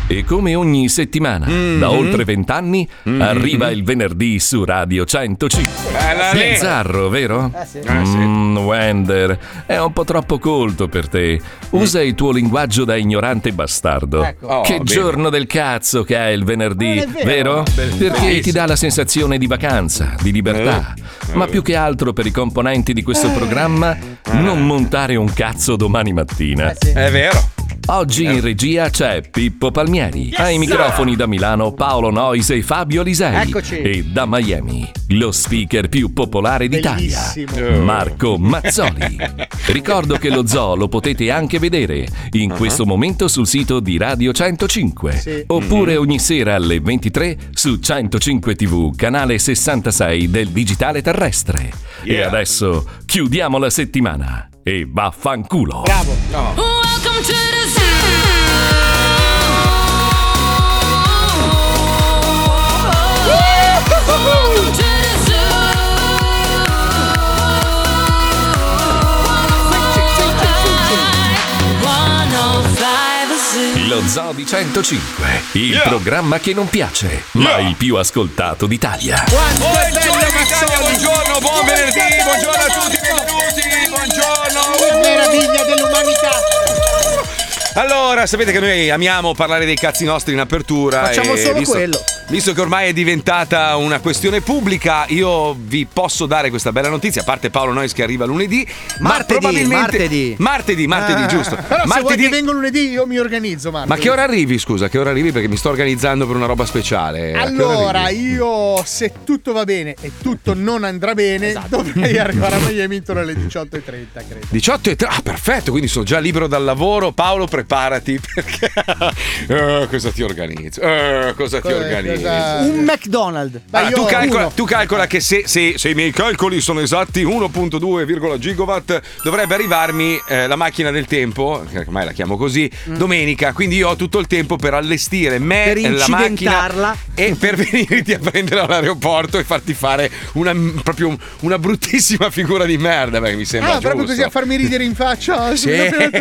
E come ogni settimana, da oltre 20 anni, arriva il venerdì su Radio 105. Bizzarro, vero? Sì. Wender, è un po' troppo colto per te. Usa il tuo linguaggio da ignorante bastardo. Ecco. Che giorno del cazzo che è il venerdì, vero? Perché ti dà la sensazione di vacanza, di libertà. Ma più che altro per i componenti di questo programma, non montare un cazzo domani mattina. È vero. Oggi in regia c'è Pippo Palmieri, ai microfoni da Milano Paolo Noise e Fabio Lisei. Eccoci. E da Miami lo speaker più popolare d'Italia, Bellissimo. Marco Mazzoli. Ricordo che lo zoo lo potete anche vedere in questo momento sul sito di Radio 105, Sì. oppure ogni sera alle 23 su 105 TV, canale 66 del digitale terrestre. E adesso chiudiamo la settimana e vaffanculo. Bravo. Welcome to the zoo. Welcome to the zoo. 105 zoo. Lo Zoo di 105, il programma che non piace, ma il più ascoltato d'Italia. Buongiorno Italia, buongiorno, buon venerdì, buongiorno a tutti, benvenuti, buongiorno. Meraviglia dell'umanità. Allora, sapete che noi amiamo parlare dei cazzi nostri in apertura. Facciamo e solo quello. Visto che ormai è diventata una questione pubblica, io vi posso dare questa bella notizia, a parte Paolo Nois che arriva lunedì. Martedì. Martedì, giusto. Però se vuoi che vengo lunedì io mi organizzo, Marco. Ma che ora arrivi, scusa? Che ora arrivi? Perché mi sto organizzando per una roba speciale. A che ora Allora, arrivi? io se tutto va bene e tutto non andrà bene, dovrei arrivare a Miami intorno alle 18:30, credo. 18:30. Ah, perfetto, quindi sono già libero dal lavoro. Paolo, preparati perché cosa ti organizzo? Cosa ti organizzo? Un McDonald's. Beh, Tu calcola che se i miei calcoli sono esatti, 1.2 gigawatt, dovrebbe arrivarmi la macchina del tempo, che ormai la chiamo così, domenica. Quindi io ho tutto il tempo per allestire me Per e la macchina incidentarla. e per venirti a prendere all'aeroporto e farti fare proprio una bruttissima figura di merda. Beh, mi sembra giusto. proprio così a farmi ridere in faccia. Sì,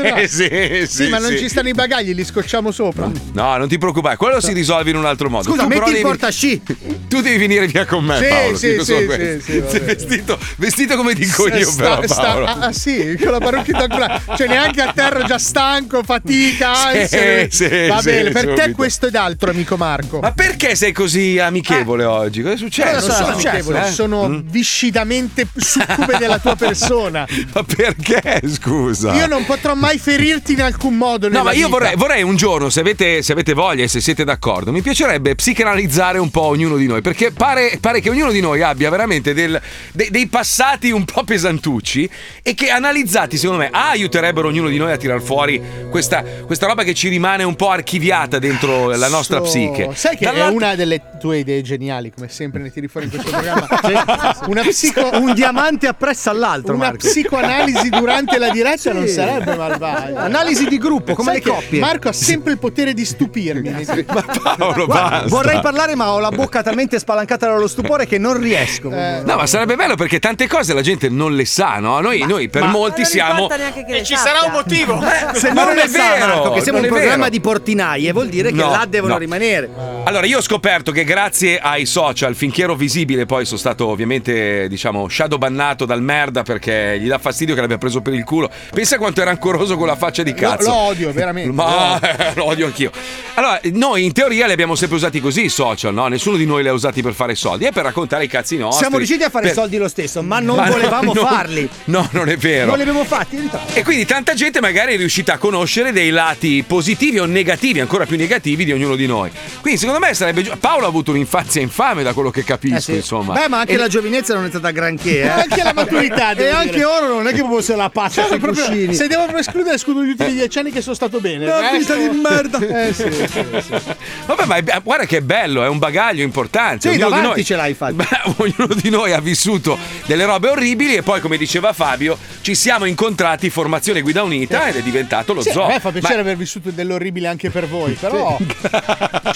sì, ma non ci stanno i bagagli, li scocciamo sopra. No, non ti preoccupare, quello si risolve in un altro modo. Scusa, Tu però metti il devi- portasci. Tu devi venire via con me, Sì, Paolo. sì, dico sì, solo sì, questo. sì, va Sei bene. vestito come dico io, però, Paolo. Sì, con la parrucchina ancora. Cioè, neanche a terra, già stanco, fatica. ansia. sì, Va sì, bene, per te subito. questo ed altro, amico Marco. Ma perché sei così amichevole oggi? Cosa è Non successo? sono successo, amichevole, sono viscidamente succube della tua persona. Ma perché, scusa? Io non potrò mai ferirti in alcun modo. No, nella ma io vita. vorrei un giorno, se avete voglia e se siete d'accordo, mi piacerebbe psicanalizzare un po' ognuno di noi, perché pare che ognuno di noi abbia veramente dei passati un po' pesantucci e che analizzati, secondo me, aiuterebbero ognuno di noi a tirar fuori questa roba che ci rimane un po' archiviata dentro la nostra psiche. Sai che è Dall'altro- una delle tue idee geniali, come sempre ne tiri fuori in questo programma. Un diamante appresso all'altro, Una Marco. psicoanalisi durante la diretta non sarebbe malvagia. Analisi di gruppo, come Sai le che coppie. Marco ha sempre il potere di stupirmi. Ma Paolo, Guarda, basta. vorrei parlare, ma ho la bocca talmente spalancata dallo stupore che non riesco. No, ma sarebbe bello perché tante cose la gente non le sa, no? Noi per molti siamo. E ci sarà un motivo. Se ma non non le è sa, vero, Marco, che siamo non un è programma vero. di portinaie, vuol dire che No, là devono no. rimanere. Allora, io ho scoperto che grazie ai social, finché ero visibile, poi sono stato ovviamente, diciamo, shadowbannato dal merda perché gli dà fastidio che l'abbia preso per il culo. Pensa quanto è rancoroso con la faccia di cazzo. Lo odio, veramente. Ma lo odio anch'io. Allora, noi in teoria li abbiamo sempre usati così i social, no? Nessuno di noi li ha usati per fare soldi, è per raccontare i cazzi nostri. Siamo riusciti a fare Per- soldi lo stesso, ma non Ma volevamo non- farli. No, non è vero. Non li abbiamo fatti, in realtà. E quindi tanta gente magari è riuscita a conoscere dei lati positivi o negativi, ancora più negativi di ognuno di noi. Quindi secondo me sarebbe Paolo ha avuto un'infanzia infame da quello che capisco, Sì. insomma. Beh, ma anche E- la giovinezza non è stata granché, Ma anche la maturità. E devo anche dire. ora non è che proprio se la passa sui Proprio, cuscini. se devo proprio escludere, escludo gli ultimi 10 anni che sono stato bene. Una vita di merda. Sì. Vabbè, ma guarda che bello, è un bagaglio importante. Sì, Ognuno di davanti noi- ce l'hai, infatti. Beh, ognuno di noi ha vissuto delle robe orribili e poi, come diceva Fabio, ci siamo incontrati formazione Guida Unita ed è diventato lo Sì, zoo. a me fa piacere Ma- aver vissuto dell'orribile anche per voi, però. Cioè, ve lo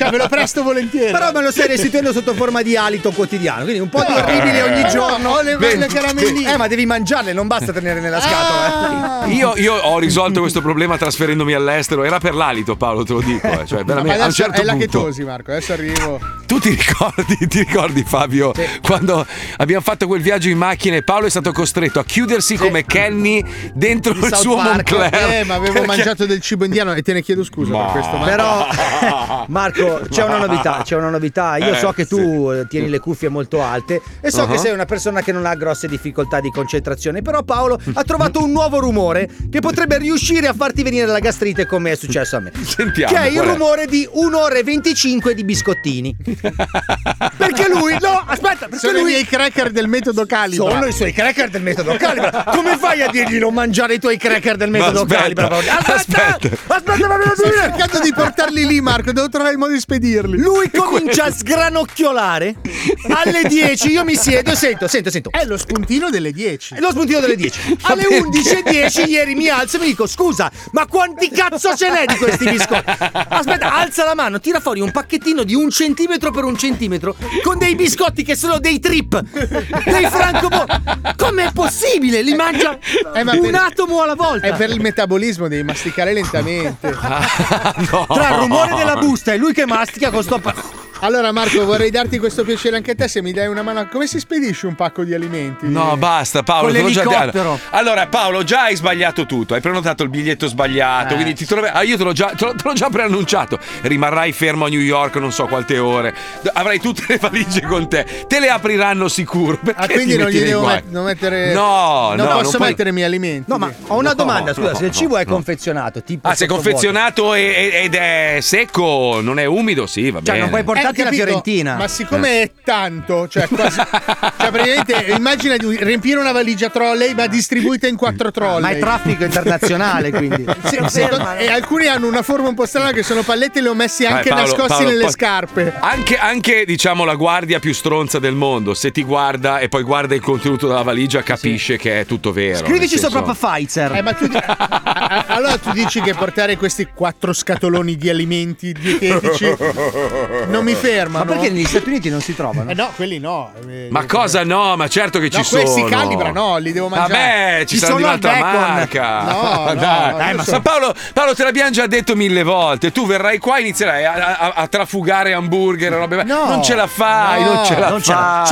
rimasto volentieri. Però me lo stai restituendo sotto forma di alito quotidiano, quindi un po' di orribile ogni giorno. Ho le caramelline. Ma devi mangiarle, non basta tenere nella scatola. Io ho risolto questo problema trasferendomi all'estero. Era per l'alito, Paolo, te lo dico. Cioè, veramente, a un certo è la punto. chetosi, Marco. Adesso arrivo. Tu ti ricordi Fabio, quando abbiamo fatto quel viaggio in macchina e Paolo è stato costretto a chiudersi come Kenny dentro il suo Moncler? Ma avevo mangiato del cibo indiano e te ne chiedo scusa per questo. Però Marco, c'è una novità. Io so che tu tieni le cuffie molto alte e so che sei una persona che non ha grosse difficoltà di concentrazione, però Paolo ha trovato un nuovo rumore che potrebbe riuscire a farti venire la gastrite, come è successo a me. Sentiamo, che è il rumore di 1 ora e 25 di biscottini. Perché lui sono i miei cracker del metodo Calibra. Sono i suoi cracker del metodo Calibra. Come fai a dirgli non mangiare i tuoi cracker del metodo Calibra? Aspetta, Sto cercando di portarli lì, Marco. Devo trovare il modo di spedirli. Lui comincia a sgranocchiolare alle 10. Io mi siedo e sento. È lo spuntino delle 10. È lo spuntino delle 10. Alle 11:10 ieri mi alzo e mi dico: scusa, ma quanti cazzo ce n'è di questi biscotti? Aspetta, alza la mano, tira fuori un pacchettino di 1 centimetro per 1 centimetro con dei biscotti che sono dei trip, dei francobolli. Com'è possibile? Li mangia un atomo alla volta. È per il metabolismo, devi masticare lentamente. No. Tra il rumore della busta e lui che mastica con sto Allora Marco, vorrei darti questo piacere anche a te se mi dai una mano. Come si spedisce un pacco di alimenti? No, basta Paolo, con te l'ho già l'elicottero. detto. Allora Paolo, già hai sbagliato tutto. Hai prenotato il biglietto sbagliato, quindi io te l'ho già preannunciato. Rimarrai fermo a New York non so quante ore. Avrai tutte le valigie con te. Te le apriranno sicuro. Quindi non gli devo mettere. No, non posso puoi... mettere i miei alimenti. No, ma ho una domanda, scusa, se il cibo è confezionato, tipo se è confezionato ed è secco, non è umido, sì, va bene. non puoi portarti la Fiorentina. Ma siccome è tanto, cioè quasi, praticamente immagina di riempire una valigia trolley ma distribuita in 4 trolley. Ma è traffico internazionale, quindi. E alcuni hanno una forma un po' strana che sono pallette e le ho messi anche nascosti nelle scarpe. Anche diciamo la guardia più stronza del mondo, se ti guarda e poi guarda il contenuto della valigia, capisce che è tutto vero. Scrivici sopra Pfizer. Ma tu allora tu dici che portare questi 4 scatoloni di alimenti dietetici non mi fermano? Ma perché negli Stati Uniti non si trovano? No, quelli no. Ma cosa no? Ma certo che ci sono. Questi Calibra no, li devo mangiare. Vabbè, ci saranno di un'altra marca. No, dai, ma Paolo, te l'abbiamo già detto 1000 volte. Tu verrai qua e inizierai a trafugare hamburger, robe. No, non ce la fai, non ce la fai.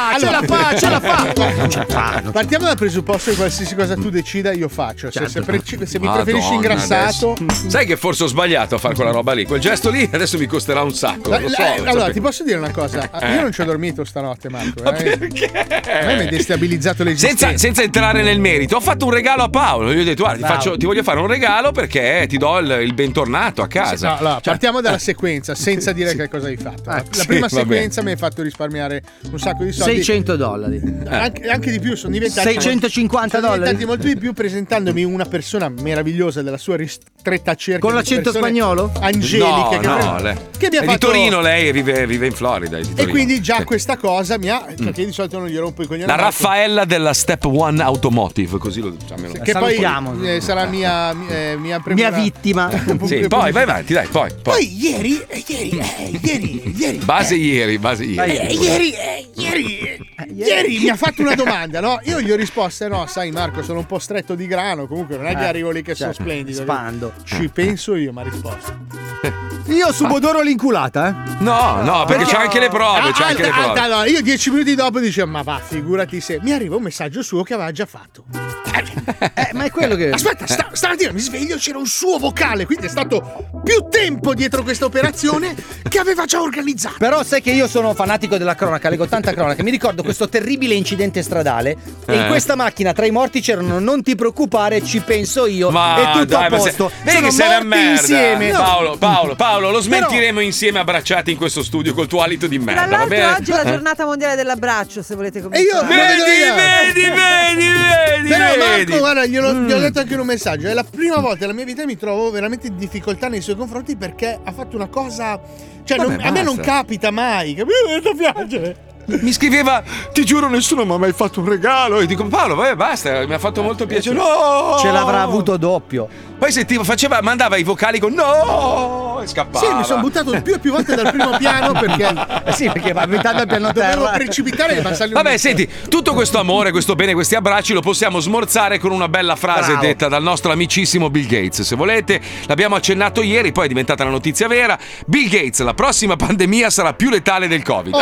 Ce la fa. Partiamo dal presupposto che qualsiasi cosa tu decida io faccio. Se mi preferisci ingrassato. Sai che forse ho sbagliato a fare quella roba lì. Quel gesto lì adesso mi costerà un sacco. Lo so, allora, ti posso dire una cosa? Io non ci ho dormito stanotte, Marco. Perché? A me mi hai destabilizzato l'esistenza. Senza entrare nel merito, ho fatto un regalo a Paolo. Gli ho detto: guarda, ti voglio fare un regalo perché ti do il bentornato a casa. Partiamo dalla sequenza, senza dire che cosa hai fatto. La prima sequenza mi hai fatto risparmiare un sacco di soldi. $600. Anche di più, sono diventati $650. Sono diventati molto di più, presentandomi una persona meravigliosa della sua ristretta cerchia. Con l'accento spagnolo? Angeliche. Che mi ha fatto... di Torino, lei vive in Florida. E quindi già questa cosa mi ha. Perché di solito non gli rompo i coglioni. La Raffaella della Step One Automotive, così lo diciamo. Che poi sarà mia vittima. Sì, poi vai avanti, dai, poi. Ieri. Base ieri. Ieri mi ha fatto una domanda, no? Io gli ho risposto: no, sai Marco, sono un po' stretto di grano. Comunque non è che arrivo lì che sono splendido. Spando. Ci penso io, mi ha risposto. Io subodoro l'inculata, No, perché c'è anche le prove. Allora, io 10 minuti dopo dicevo: ma va, figurati se. Mi arriva un messaggio suo che aveva già fatto. Ma è quello che. Aspetta, stamattina mi sveglio, c'era un suo vocale, quindi è stato più tempo dietro questa operazione che aveva già organizzato. Però sai che io sono fanatico della cronaca, leggo tanta cronaca. Mi ricordo questo terribile incidente stradale e in questa macchina tra i morti c'erano: non ti preoccupare, ci penso io, e tutto a posto. Vedi che sei una merda insieme. Paolo, lo smentiremo insieme abbracciati in questo studio col tuo alito di merda. Tra l'altro oggi è la giornata mondiale dell'abbraccio, se volete cominciare. E io vedi. Però Marco, guarda, gli ho detto anche in un messaggio: è la prima volta nella mia vita che mi trovo veramente in difficoltà nei suoi confronti, perché ha fatto una cosa. Cioè, a me non capita mai. Capito? Piace. Mi scriveva: ti giuro, nessuno mi ha mai fatto un regalo. E dico: Paolo, vai, basta, mi ha fatto molto piacere. No! Ce l'avrà avuto doppio. Poi sentivo, mandava i vocali con no e scappava. Sì, mi sono buttato più e più volte dal primo piano perché sì, perché va abitando al piano terra. dovevo precipitare e passargli un Vabbè, senti, tutto questo amore, questo bene, questi abbracci lo possiamo smorzare con una bella frase detta dal nostro amicissimo Bill Gates. Se volete, l'abbiamo accennato ieri, poi è diventata una notizia vera. Bill Gates, la prossima pandemia sarà più letale del Covid.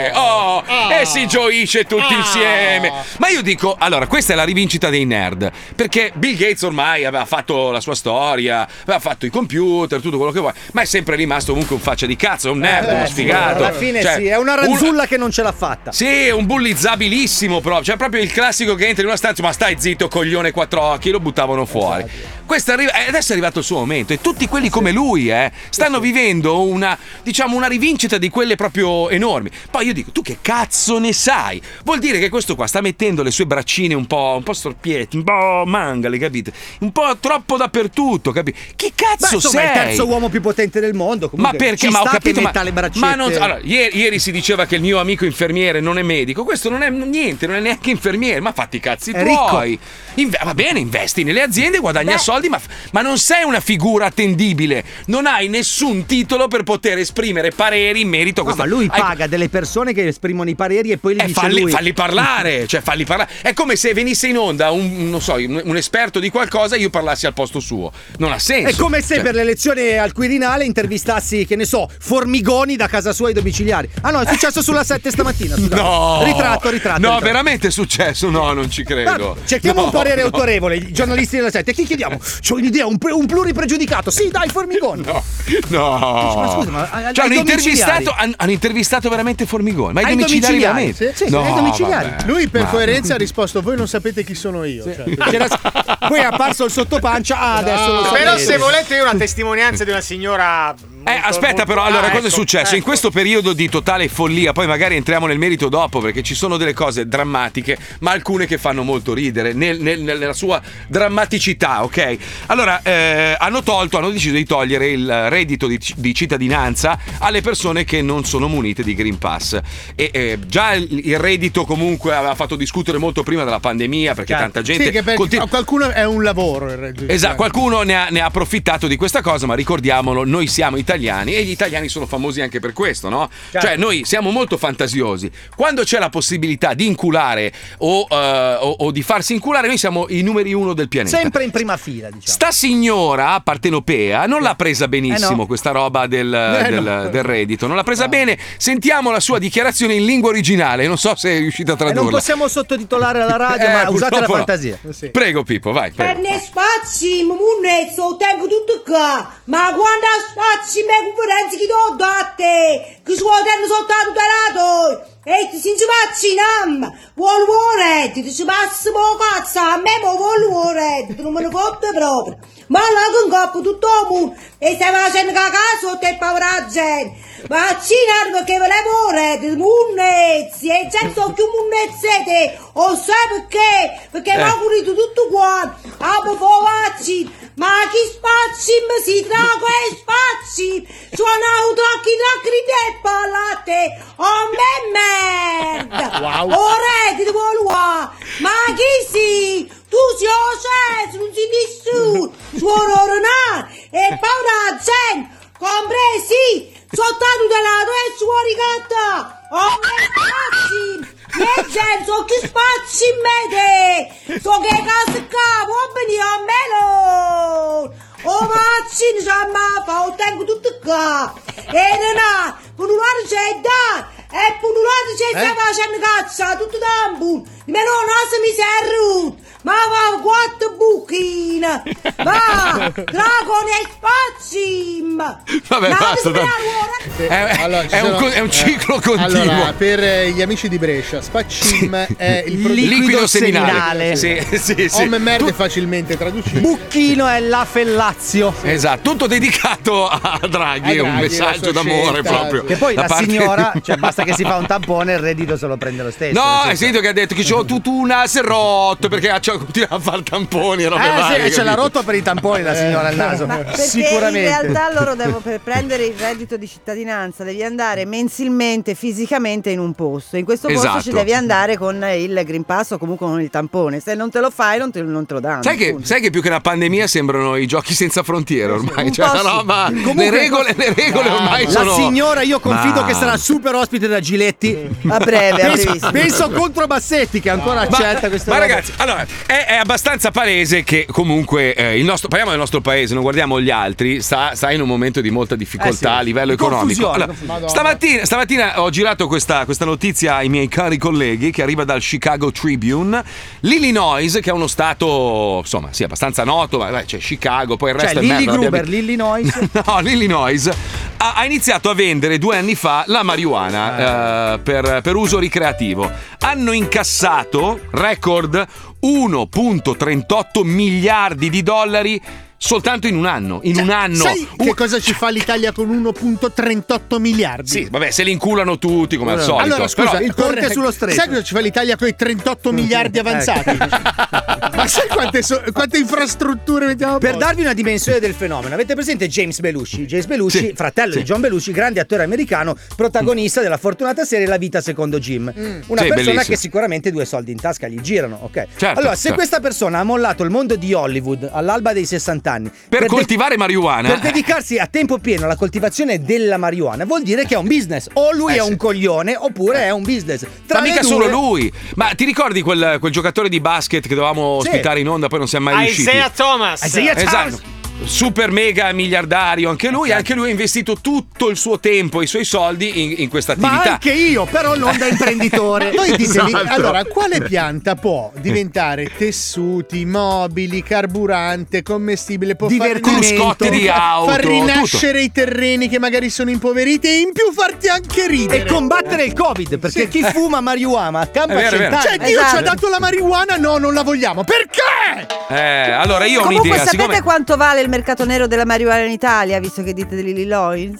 E si gioisce tutti insieme. Ma io dico, allora, questa è la rivincita dei nerd, perché Bill Gates ormai aveva fatto la sua storia, aveva fatto i computer, tutto quello che vuoi, ma è sempre rimasto comunque un faccia di cazzo, è un nerd, uno sfigato. Alla fine sì, è una ranzulla che non ce l'ha fatta. Sì, è un bullizzabilissimo proprio, cioè proprio il classico che entra in una stanza, ma stai zitto coglione quattro occhi, lo buttavano fuori. Adesso è arrivato il suo momento e tutti quelli come lui stanno vivendo una rivincita di quelle proprio enormi. Poi io dico, tu che cazzo ne sai? Vuol dire che questo qua sta mettendo le sue braccine un po' storpietti, un po' mangale, capite? Un po' troppo dappertutto, capite? Che cazzo sei? È il terzo uomo più potente del mondo. Ma perché? Ma ho capito, le braccette. Ma non, allora, ieri si diceva che il mio amico infermiere non è medico. Questo non è niente, non è neanche infermiere. Ma fatti i cazzi tuoi. Va bene, investi nelle aziende, guadagna soldi, ma non sei una figura attendibile. Non hai nessun titolo per poter esprimere pareri in merito a questo. Ma lui paga delle persone che esprimono i pareri e poi li dice lui. Falli parlare, cioè falli parlare. È come se venisse in onda un esperto di qualcosa e io parlassi al posto suo. Non ha senso. È come se per l'elezione al Quirinale intervistassi, che ne so, Formigoni da casa sua ai domiciliari. Ah no, è successo sulla 7 stamattina. No, ritratto. No, veramente è successo? No, non ci credo. Cerchiamo un parere autorevole, i giornalisti della 7. Chi chiediamo? C'ho un'idea, un pluripregiudicato. Sì, dai, Formigoni. No. Ma scusa, ma hanno intervistato veramente Formigoni. Ma ai domiciliari veramente? Sì, ai domiciliari. Vabbè. Lui per coerenza ha risposto: voi non sapete chi sono io. Sì. Poi è apparso il sottopancia. Adesso lo so. Però se volete una testimonianza di una signora. Aspetta, però, allora, cosa è successo? In questo periodo di totale follia, poi magari entriamo nel merito dopo, perché ci sono delle cose drammatiche, ma alcune che fanno molto ridere nella sua drammaticità, ok? Allora, hanno deciso di togliere il reddito di cittadinanza alle persone che non sono munite di Green Pass. E già il reddito comunque aveva fatto discutere molto prima della pandemia, perché tanta gente. Sì, che per qualcuno è un lavoro il reddito. Esatto, qualcuno ne ha approfittato di questa cosa, ma ricordiamolo, noi siamo italiani e gli italiani sono famosi anche per questo, no? Certo. Cioè noi siamo molto fantasiosi. Quando c'è la possibilità di inculare o di farsi inculare, noi siamo i numeri uno del pianeta. Sempre in prima fila, diciamo. Sta signora partenopea non l'ha presa benissimo questa roba del reddito, non l'ha presa bene. Sentiamo la sua dichiarazione in lingua originale, non so se è riuscita a tradurla. Non possiamo sottotitolare alla radio, ma usate la fantasia. Sì. Prego Pippo, vai. Per ne spazi, munezzo, tengo tutto qua. Ma quando spazi me conferenze chi do date, che si vuole tenere soltanto tutelato. E ti si spazzi nam, vuole, ti si passa po' cazzo, a me vuole, non me ne fotte proprio. Ma là con coppo tutto il mondo, e stai facendo cagare sotto il povera gente. Ma ci perché ve le vuole, di munnezzi, e già so più munnezzete, o sai perché? Perché mi ha curito tutto qua, a povacci, ma chi spazzi si trago e spazzi, suona tocchi di pallate, oh merda, wow. Ora ti vuole, ma chi si? Tu si osa, non si nessuno, suono Renato, e paura gente, compresi, soltanto della tua e suori gatta, oh spazzi, e gente, so che spazzi in mete, so che casa qua, può venire a melo. Oh mazzini, fa, ho tengo tutto qua. E Renato, punulare c'è da, e punulare c'è sta facendo cazzo, tutto dambu. Meno non mi serve, ma va quattro buchine, va, dragone e spazi. Vabbè, basta. È un ciclo continuo. Allora, per gli amici di Brescia, Spaccim è il liquido seminale. Sì. Om merde è facilmente traducibile. Bucchino è la fellazio. Esatto, tutto dedicato a Draghi, è un messaggio d'amore proprio. Che poi la signora, cioè basta che si fa un tampone e il reddito se lo prende lo stesso. No, hai sentito che ha detto che c'ho tutuna si è rotto perché continua a fare tamponi e robe varie. Sì, ce l'ha rotto per i tamponi la signora al naso. Perché sicuramente. in realtà loro per prendere il reddito di cittadinanza cittadinanza devi andare mensilmente, fisicamente in un posto. In questo posto ci devi andare con il Green Pass o comunque con il tampone. Se non te lo fai non te lo danno. Sai che più che una pandemia sembrano i giochi senza frontiere ormai. Cioè, po' no, ma Comunque, le regole ormai sono. La signora, io confido che sarà super ospite da Giletti a breve. Penso contro Bassetti che ancora accetta questa Ma roba. ragazzi, allora è abbastanza palese che comunque parliamo del nostro paese, non guardiamo gli altri, sta in un momento di molta difficoltà a livello economico. Allora, stamattina ho girato questa notizia ai miei cari colleghi che arriva dal Chicago Tribune. L'Illinois, che è uno stato insomma sì abbastanza noto, ma c'è Chicago, poi il resto è merda. Gruber, l'Illinois. No, l'Illinois ha iniziato a vendere 2 anni fa la marijuana per uso ricreativo. Hanno incassato record 1,38 miliardi di dollari soltanto in un anno. Sai che cosa ci fa l'Italia con 1,38 miliardi? Sì, vabbè, se li inculano tutti come al solito. Allora, scusa, però, il ponte sullo stretto. Sai cosa ci fa l'Italia con i 38 miliardi avanzati? Ma sai quante infrastrutture mettiamo a Per posto? darvi una dimensione del fenomeno, avete presente James Belushi? James Belushi, fratello di John Belushi, grande attore americano, protagonista della fortunata serie La vita secondo Jim. Una persona bellissimo. che sicuramente 2 soldi in tasca gli girano, ok? Certo, allora, se certo. questa persona ha mollato il mondo di Hollywood all'alba dei 60 anni per coltivare marijuana, per dedicarsi a tempo pieno alla coltivazione della marijuana, vuol dire che è un business. O lui è un coglione oppure è un business. Ma mica solo lui. Ma ti ricordi quel giocatore di basket che dovevamo ospitare in onda, poi non siamo mai riusciti? Isaiah Thomas. Esatto. Super mega miliardario anche lui ha investito tutto il suo tempo e i suoi soldi in questa attività. Ma anche io, però non da imprenditore. Voi ditemi, allora, quale pianta può diventare tessuti, mobili, carburante, commestibile, può cruscotti di auto, far rinascere tutto. i terreni che magari sono impoveriti e in più farti anche ridere e combattere il Covid, perché chi fuma marijuana campa cent'anni. Cioè Dio ci ha dato la marijuana, no, non la vogliamo. Perché? Allora io ho Comunque un'idea. sapete quanto vale il mercato nero della marijuana in Italia, visto che dite dell'Illinois?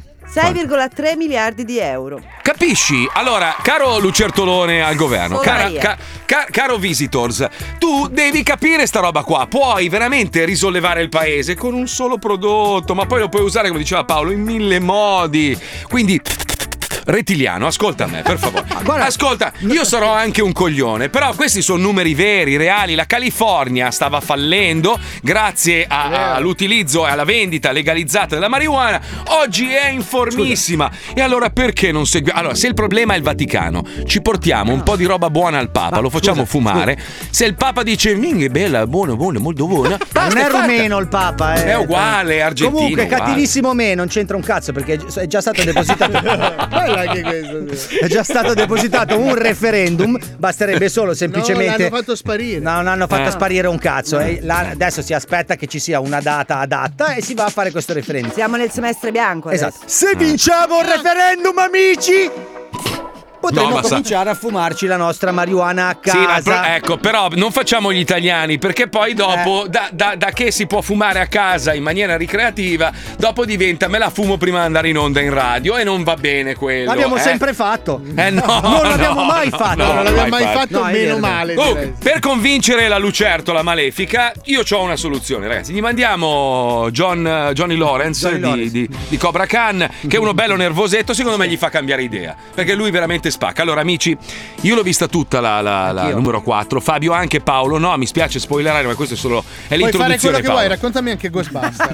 6,3 miliardi di euro. Capisci? Allora, caro lucertolone al governo, caro Visitors, tu devi capire sta roba qua. Puoi veramente risollevare il paese con un solo prodotto, ma poi lo puoi usare, come diceva Paolo, in 1000 modi. Quindi Rettiliano, ascolta me, per favore. Ascolta, io sarò anche un coglione, però questi sono numeri veri, reali. La California stava fallendo grazie all'utilizzo e alla vendita legalizzata della marijuana. Oggi è informissima. E allora perché non segui? Allora, se il problema è il Vaticano, ci portiamo un po' di roba buona al Papa, lo facciamo fumare. Se il Papa dice è bella, buona, molto buona. Non è rumeno il Papa, È uguale, è argentino. Comunque, uguale. cattivissimo me, non c'entra un cazzo perché è già stato depositato. Anche questo, è già stato depositato un referendum, basterebbe solo semplicemente. l'hanno fatto sparire. No, non hanno fatto sparire un cazzo. Adesso si aspetta che ci sia una data adatta e si va a fare questo referendum. Siamo nel semestre bianco adesso. Esatto. Se vinciamo il referendum, amici, potremmo cominciare a fumarci la nostra marijuana a casa. Sì, ecco, però non facciamo gli italiani, perché poi dopo da che si può fumare a casa in maniera ricreativa, dopo diventa me la fumo prima di andare in onda in radio e non va bene quello. L'abbiamo sempre fatto. No, non l'abbiamo mai fatto. Non l'abbiamo mai fatto, meno male. Per convincere la lucertola malefica, io ho una soluzione, ragazzi. Gli mandiamo Johnny Lawrence di Cobra Khan, che è uno bello nervosetto, secondo me gli fa cambiare idea, perché lui veramente spacca. Allora, amici, io l'ho vista tutta la numero 4. Fabio anche, Paolo. No, mi spiace spoilerare, ma questo è l'introduzione. Puoi fare quello che Paolo. vuoi, raccontami anche Ghostbuster.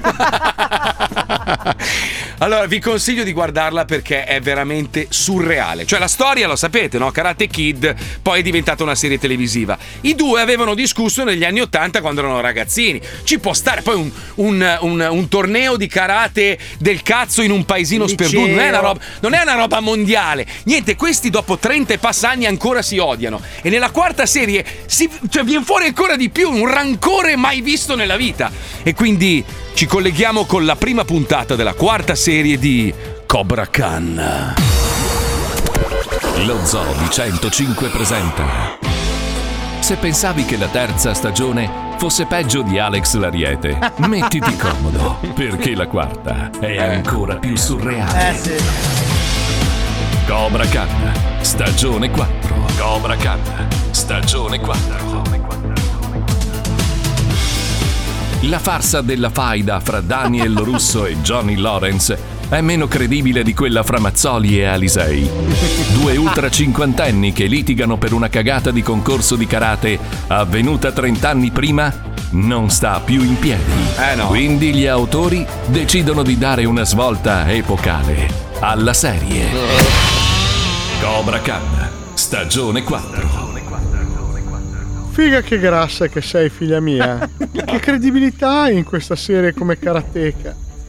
Allora, vi consiglio di guardarla perché è veramente surreale. Cioè, la storia, lo sapete, no? Karate Kid poi è diventata una serie televisiva. I due avevano discusso negli anni '80 quando erano ragazzini. Ci può stare poi un torneo di karate del cazzo in un paesino sperduto. Non è una roba mondiale. Niente, questi dopo 30 e passa anni ancora si odiano. E nella quarta serie viene fuori ancora di più un rancore mai visto nella vita. E quindi ci colleghiamo con la prima puntata della quarta serie di Cobra Khan. Lo Zoo di 105 presenta. Se pensavi che la terza stagione fosse peggio di Alex l'Ariete, mettiti comodo, perché la quarta è ancora più surreale. Cobra Khan, stagione 4. Cobra Khan, stagione 4. La farsa della faida fra Daniel Russo e Johnny Lawrence è meno credibile di quella fra Mazzoli e Alisei. Due ultra cinquantenni che litigano per una cagata di concorso di karate avvenuta 30 anni prima non sta più in piedi. No. Quindi gli autori decidono di dare una svolta epocale alla serie. Cobra Khan, stagione 4. Figa che grassa che sei, figlia mia. Che credibilità hai in questa serie come karateka?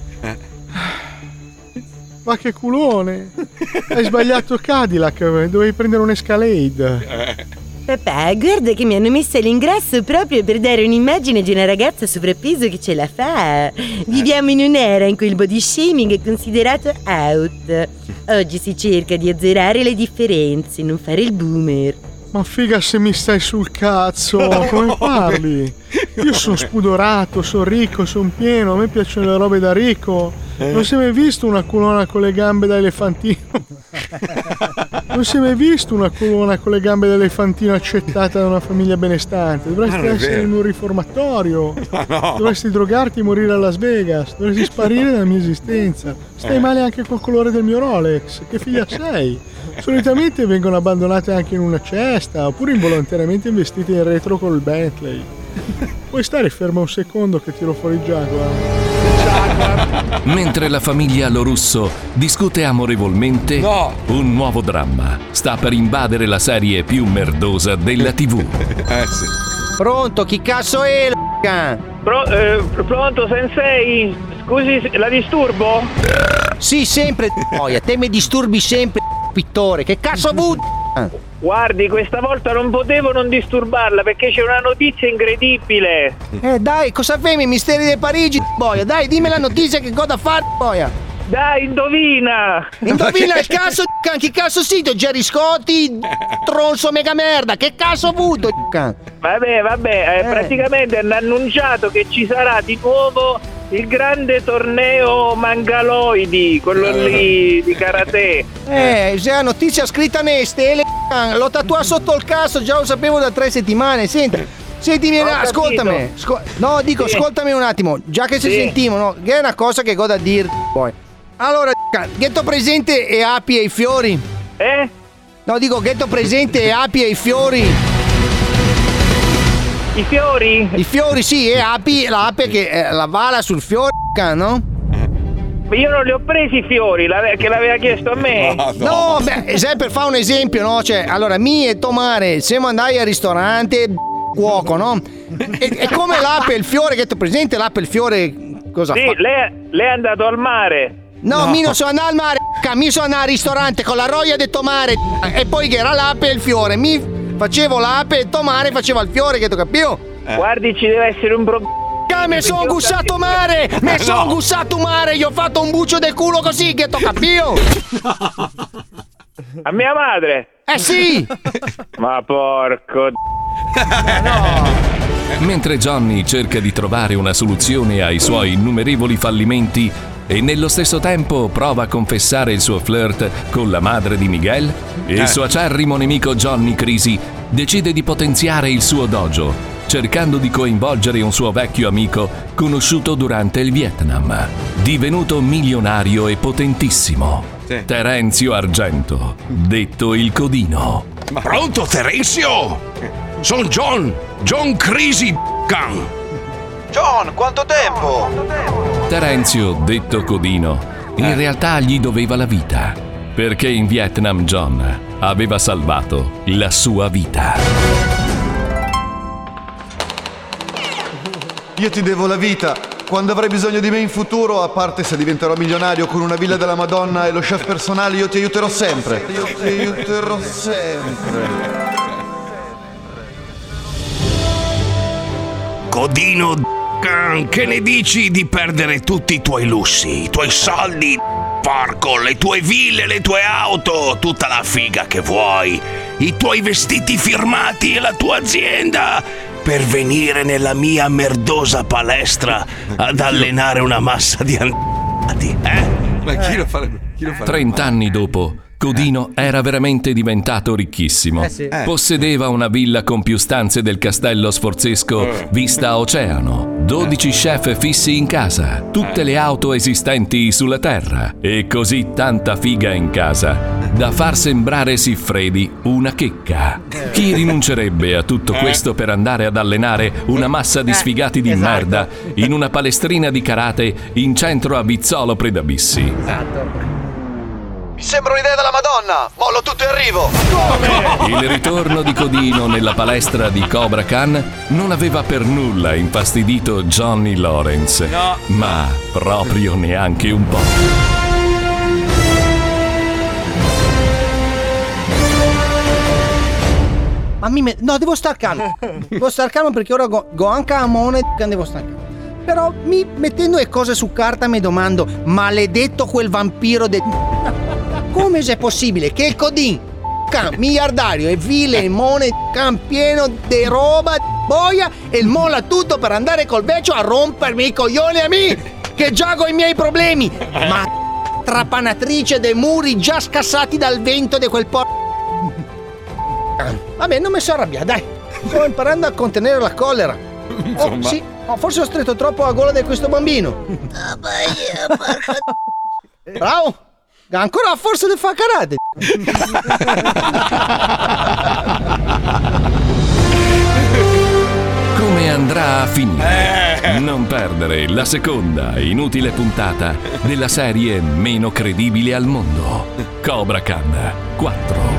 Ma che culone! Hai sbagliato Cadillac, dovevi prendere un Escalade. Papà, guarda che mi hanno messo all'ingresso proprio per dare un'immagine di una ragazza sovrappeso che ce la fa. Viviamo in un'era in cui il body shaming è considerato out. Oggi si cerca di azzerare le differenze, non fare il boomer. Ma figa se mi stai sul cazzo, come parli? Io sono spudorato, sono ricco, sono pieno, a me piacciono le robe da ricco. Non si è mai visto una culona con le gambe da elefantino? Non si è mai visto una culona con le gambe da elefantino accettata da una famiglia benestante? Dovresti essere in un riformatorio. Dovresti drogarti e morire a Las Vegas. Dovresti sparire dalla mia esistenza. Stai male anche col colore del mio Rolex. Che figlia sei? Solitamente vengono abbandonate anche in una cesta oppure involontariamente investite in retro col Bentley. Puoi stare fermo un secondo che tiro fuori il Jaguar? Mentre la famiglia Lorusso discute amorevolmente, un nuovo dramma sta per invadere la serie più merdosa della TV. Sì. Pronto, chi cazzo è Pronto, sensei? Scusi, la disturbo? Sì, sempre boia, te mi disturbi sempre, pittore. Che cazzo ha avuto? Guardi, questa volta non potevo non disturbarla perché c'è una notizia incredibile. Dai, cosa fai, i misteri di Parigi, boia? Dai, dimmi la notizia, che cosa fare, boia? Dai, indovina! Indovina il cazzo, che cazzo sito? Gerry Scotti, tronzo mega merda, che cazzo ha avuto? Vabbè, praticamente hanno annunciato che ci sarà di nuovo il grande torneo Mangaloidi, quello lì di karate. Se la notizia scritta nelle stelle, l'ho tatuato sotto il cazzo, già lo sapevo da 3 settimane. Sentimi, ascoltami. Ascoltami un attimo, già che ci sentiamo, no? Che è una cosa che ho da dirti poi. Allora, ghetto presente e api e i fiori. No, dico ghetto presente e api e i fiori. I fiori? I fiori, sì, e api, l'ape che la vala sul fiore, no? Io non li ho presi i fiori, che l'aveva chiesto a me. No, beh, sai, per fare un esempio, no? Cioè, allora, mi e Tomare siamo andati al ristorante cuoco, no? E come l'ape e il fiore, che ti presente l'ape e il fiore, cosa fa? Sì, lei è andato al mare. No, mi non sono andato al mare, mi sono andato al ristorante con la roia di Tomare e poi che era l'ape e il fiore, mi facevo l'ape e Tomare faceva il fiore, che tu capivo? Guardi, ci deve essere un mi sono gussato mare! Mi sono gussato mare! Gli ho fatto un buccio del culo così, che tu capivo? A mia madre? Sì! Ma porco Mentre Johnny cerca di trovare una soluzione ai suoi innumerevoli fallimenti e nello stesso tempo prova a confessare il suo flirt con la madre di Miguel, il suo acerrimo nemico Johnny Crisi decide di potenziare il suo dojo, cercando di coinvolgere un suo vecchio amico conosciuto durante il Vietnam, divenuto milionario e potentissimo, Terenzio Argento, detto il Codino. Pronto, Terenzio? Sono John Crisi Khan. John, quanto tempo? Terenzio, detto Codino, in realtà gli doveva la vita, perché in Vietnam John aveva salvato la sua vita. Io ti devo la vita. Quando avrai bisogno di me in futuro, a parte se diventerò milionario con una villa della Madonna e lo chef personale, io ti aiuterò sempre. Io ti aiuterò sempre. Codino Khan, che ne dici di perdere tutti i tuoi lussi, i tuoi soldi, porco, le tue ville, le tue auto, tutta la figa che vuoi, i tuoi vestiti firmati e la tua azienda, per venire nella mia merdosa palestra ad allenare una massa di andati, Ma chi lo farebbe? 30 anni dopo, Codino era veramente diventato ricchissimo. Sì. Possedeva una villa con più stanze del castello sforzesco vista a oceano, 12 chef fissi in casa, tutte le auto esistenti sulla terra e così tanta figa in casa da far sembrare Siffredi una checca. Chi rinuncerebbe a tutto questo per andare ad allenare una massa di sfigati di merda in una palestrina di karate in centro a Vizzolo Predabissi? Mi sembra un'idea della Madonna! Mollo tutto e arrivo! Il ritorno di Codino nella palestra di Cobra Khan non aveva per nulla infastidito Johnny Lawrence, ma proprio neanche un po'. No, devo star calmo. Devo star calmo perché ora go anche a Mone che devo star calmo. Però mettendo le cose su carta mi domando, maledetto quel vampiro come è possibile che il Codin miliardario e vile il Mone pieno di roba boia e molla tutto per andare col vecchio a rompermi i coglioni a me che già ho i miei problemi, ma trapanatrice dei muri già scassati dal vento di quel Vabbè, non mi sono arrabbiato, dai. Sto imparando a contenere la collera. Sì, forse ho stretto troppo la gola di questo bambino. Bravo! Ancora la forza di fa karate. Come andrà a finire? Non perdere la seconda inutile puntata della serie meno credibile al mondo, Cobra Khan 4.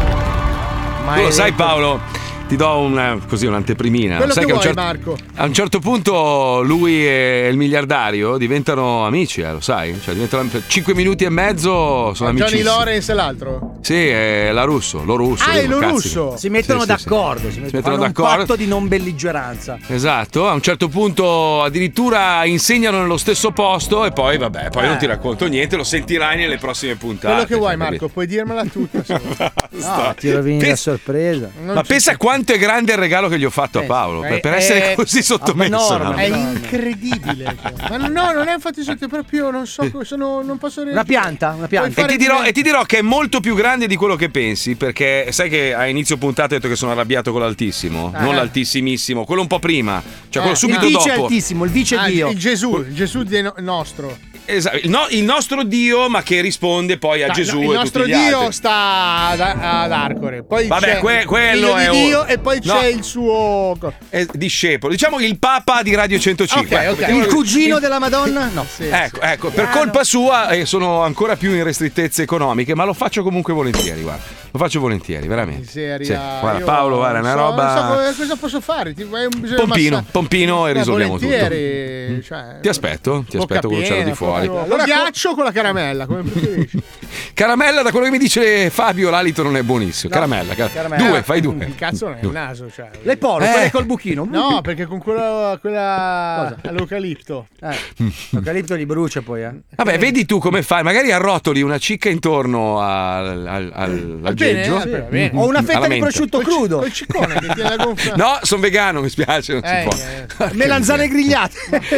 Tu lo sai, Paolo? Ti do un'anteprimina. Quello sai che vuoi, Marco. A un certo punto lui e il miliardario diventano amici, lo sai? Cioè diventano 5 minuti e mezzo sono amici. Johnny Lawrence e l'altro? Sì, è lo russo. Ah, è lo russo. Si mettono d'accordo. Si mettono d'accordo. Un patto di non belligeranza. Esatto. A un certo punto addirittura insegnano nello stesso posto e poi non ti racconto niente, lo sentirai nelle prossime puntate. Quello che vuoi, Marco, puoi dirmela tutta. No, ti rovini la sorpresa. Ma pensa quanto è grande il regalo che gli ho fatto a Paolo per essere così sottomesso. È incredibile. Ma no, non è infatti sotto, proprio non so, non posso una pianta. E ti dirò che è molto più grande di quello che pensi, perché sai che a inizio puntata ho detto che sono arrabbiato con l'altissimo, non l'altissimissimo, quello un po' prima, cioè quello subito il dopo. Il vice altissimo, il vice Dio. Il Gesù nostro. Esatto, il nostro Dio, ma che risponde poi a Gesù. Il e nostro tutti gli Dio altri. sta ad Arcore. Poi vabbè, c'è quello il è Dio e poi c'è il suo discepolo, diciamo il Papa di Radio 105. Okay. Il cugino della Madonna? No. Sì, ecco, per colpa sua sono ancora più in restrittezze economiche, ma lo faccio comunque volentieri, guarda. Lo faccio volentieri, veramente. Sì. Guarda, Paolo, guarda, una roba. Non so cosa posso fare. Pompino e risolviamo tutto. Cioè, ti aspetto con il cielo di fuori. Lo ghiaccio con la caramella, come preferisci. Caramella, da quello che mi dice Fabio, l'alito non è buonissimo. Caramella. Due, fai due. Il cazzo non è il naso, cioè. Le porre, quelle col buchino. No, perché con quella all'eucalipto. L'eucalipto li brucia poi, Vabbè, vedi tu come fai. Magari arrotoli una cicca intorno al geggio. O una fetta di prosciutto crudo. Col ciccone che tiene la gonfia. No, sono vegano, mi spiace, non si può. Melanzane grigliate.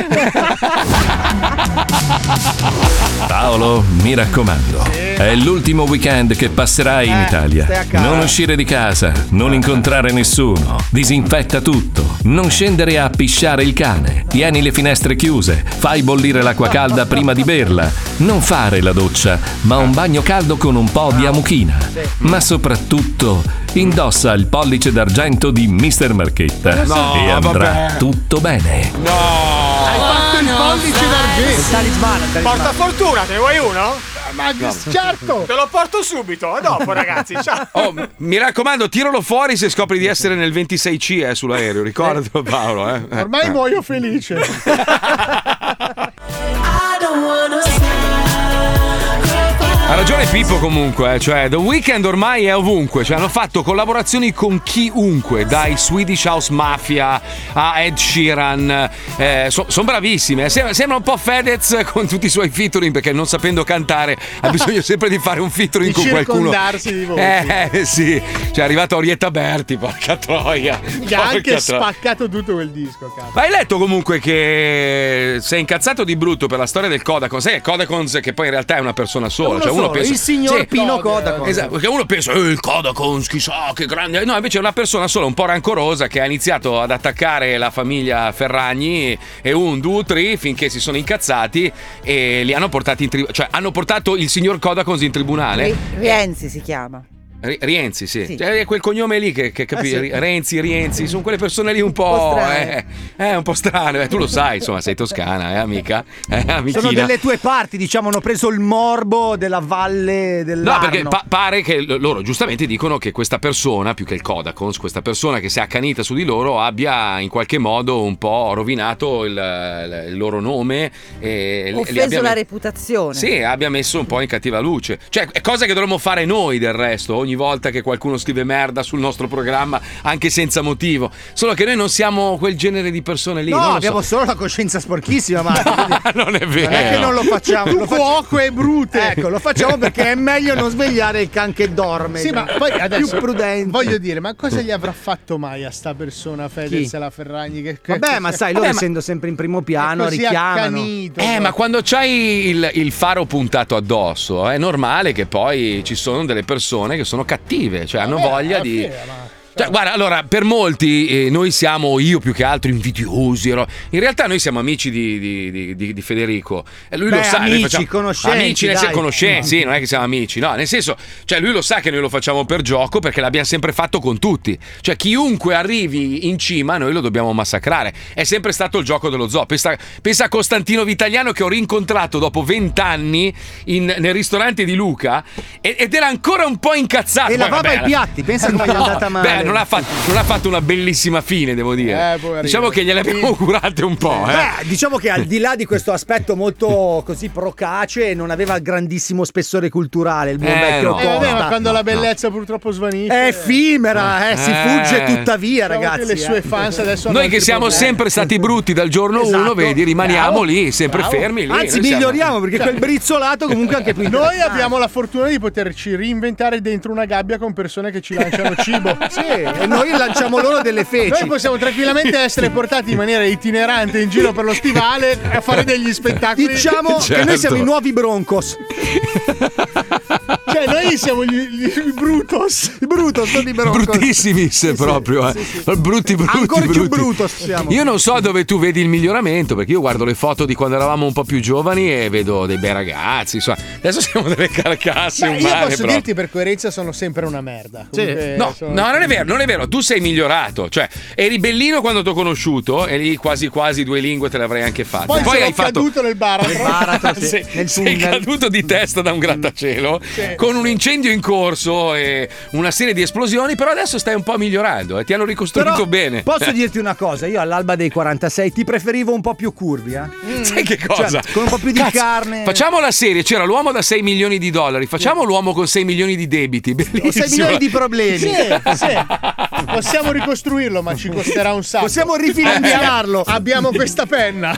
Paolo, mi raccomando, è l'ultimo weekend che passerai in Italia. Non uscire di casa, non incontrare nessuno, disinfetta tutto, non scendere a pisciare il cane, tieni le finestre chiuse, fai bollire l'acqua calda prima di berla, non fare la doccia, ma un bagno caldo con un po' di amuchina. Ma soprattutto indossa il pollice d'argento di Mr. Marchetta e andrà tutto bene. Hai fatto il pollice d'argento. Porta fortuna, te ne vuoi uno? Ma certo! Te lo porto subito, a dopo ragazzi, ciao! Mi raccomando, tiralo fuori se scopri di essere nel 26C sull'aereo, ricordatelo Paolo. Ormai muoio felice. Ha ragione Pippo comunque, cioè The Weeknd ormai è ovunque, cioè hanno fatto collaborazioni con chiunque, dai Swedish House Mafia a Ed Sheeran, sono bravissime, sembra un po' Fedez con tutti i suoi featuring, perché non sapendo cantare ha bisogno sempre di fare un featuring con qualcuno. Di circondarsi di voci. Sì, cioè è arrivato Orietta Berti, porca troia. Che ha anche spaccato tutto quel disco, cazzo. Ma hai letto comunque che sei incazzato di brutto per la storia del Kodakons, sai Kodakons che poi in realtà è una persona sola, cioè uno pensa, il signor sì, Pino Kodakons. Esatto, perché uno pensa, il Kodakons, chissà che grande. No, invece è una persona solo un po' rancorosa che ha iniziato ad attaccare la famiglia Ferragni e 1, 2, 3 finché si sono incazzati e li hanno portati in tribunale. Cioè, hanno portato il signor Kodakons in tribunale. Rienzi si chiama. Rienzi, sì. Cioè, è quel cognome lì che capisci? Sì. Rienzi, sono quelle persone lì un po'. Un po' strane. Tu lo sai, insomma, sei toscana, amica. Amichina. Sono delle tue parti, diciamo, hanno preso il morbo della valle dell'Arno. No, perché pare che loro giustamente dicono che questa persona, più che il Kodakons, questa persona che si è accanita su di loro abbia in qualche modo un po' rovinato il loro nome e offeso la reputazione. Sì, abbia messo un po' in cattiva luce. Cioè, è cosa che dovremmo fare noi del resto, ogni volta che qualcuno scrive merda sul nostro programma, anche senza motivo. Solo che noi non siamo quel genere di persone lì. No, non abbiamo solo la coscienza sporchissima, ma non è vero. Non è che non lo facciamo. Tu cuoco e brute. Ecco, lo facciamo perché è meglio non svegliare il can che dorme. Sì, ma poi adesso più prudente. Voglio dire, ma cosa gli avrà fatto mai a sta persona Fedez e la Ferragni? Vabbè, ma sai, loro essendo sempre in primo piano richiamano. Accanito, ma quando c'hai il faro puntato addosso, è normale che poi ci sono delle persone che sono cattive, cioè hanno voglia di. Cioè, guarda, allora, per molti noi siamo, io più che altro, invidiosi. In realtà noi siamo amici di Federico. E lui lo sa. Amici, conoscenti. Conoscenti, sì, non è che siamo amici. No, nel senso, cioè lui lo sa che noi lo facciamo per gioco perché l'abbiamo sempre fatto con tutti. Cioè, chiunque arrivi in cima, noi lo dobbiamo massacrare. È sempre stato il gioco dello zoo. Pensa a Costantino Vitagliano che ho rincontrato dopo 20 anni nel ristorante di Luca ed era ancora un po' incazzato. E lavava i piatti, pensa come gli è andata male. Non ha fatto una bellissima fine, devo dire. Diciamo che gliele abbiamo curate un po'. Diciamo che al di là di questo aspetto molto così procace, non aveva grandissimo spessore culturale il buon vecchio Costa. Ma quando la bellezza purtroppo svanisce è effimera, si fugge tuttavia, ragazzi. Le sue fans adesso noi che siamo sempre stati brutti dal giorno 1, vedi, rimaniamo lì, sempre fermi lì. Anzi, miglioriamo perché quel brizzolato comunque anche più noi abbiamo la fortuna di poterci reinventare dentro una gabbia con persone che ci lanciano cibo. Sì, e noi lanciamo loro delle feci. Noi possiamo tranquillamente essere portati in maniera itinerante in giro per lo stivale a fare degli spettacoli. Diciamo che noi siamo i nuovi Broncos. Cioè noi siamo i Brutos. I Brutos, non i Broncos. Bruttissimi proprio. Brutti. Ancora più Brutos siamo. Io non so dove tu vedi il miglioramento, perché io guardo le foto di quando eravamo un po' più giovani e vedo dei bei ragazzi. Insomma, adesso siamo delle carcasse umane. Io posso dirti per coerenza sono sempre una merda. No, non è vero. Tu sei migliorato. Cioè, eri bellino quando ti ho conosciuto e lì quasi 2 lingue te le avrei anche fatte. Poi hai caduto nel baratro. Sei caduto di testa da un grattacielo con un incendio in corso e una serie di esplosioni, però adesso stai un po' migliorando e ti hanno ricostruito bene. Posso dirti una cosa, io all'alba dei 46 ti preferivo un po' più curvi, Sai che cosa? Cioè, con un po' più di carne. Facciamo la serie, c'era l'uomo da 6 milioni di dollari, facciamo l'uomo con 6 milioni di debiti, bellissimo. 6 milioni di problemi. Sì. Possiamo ricostruirlo, ma ci costerà un sacco. Possiamo rifinanziarlo. Abbiamo questa penna.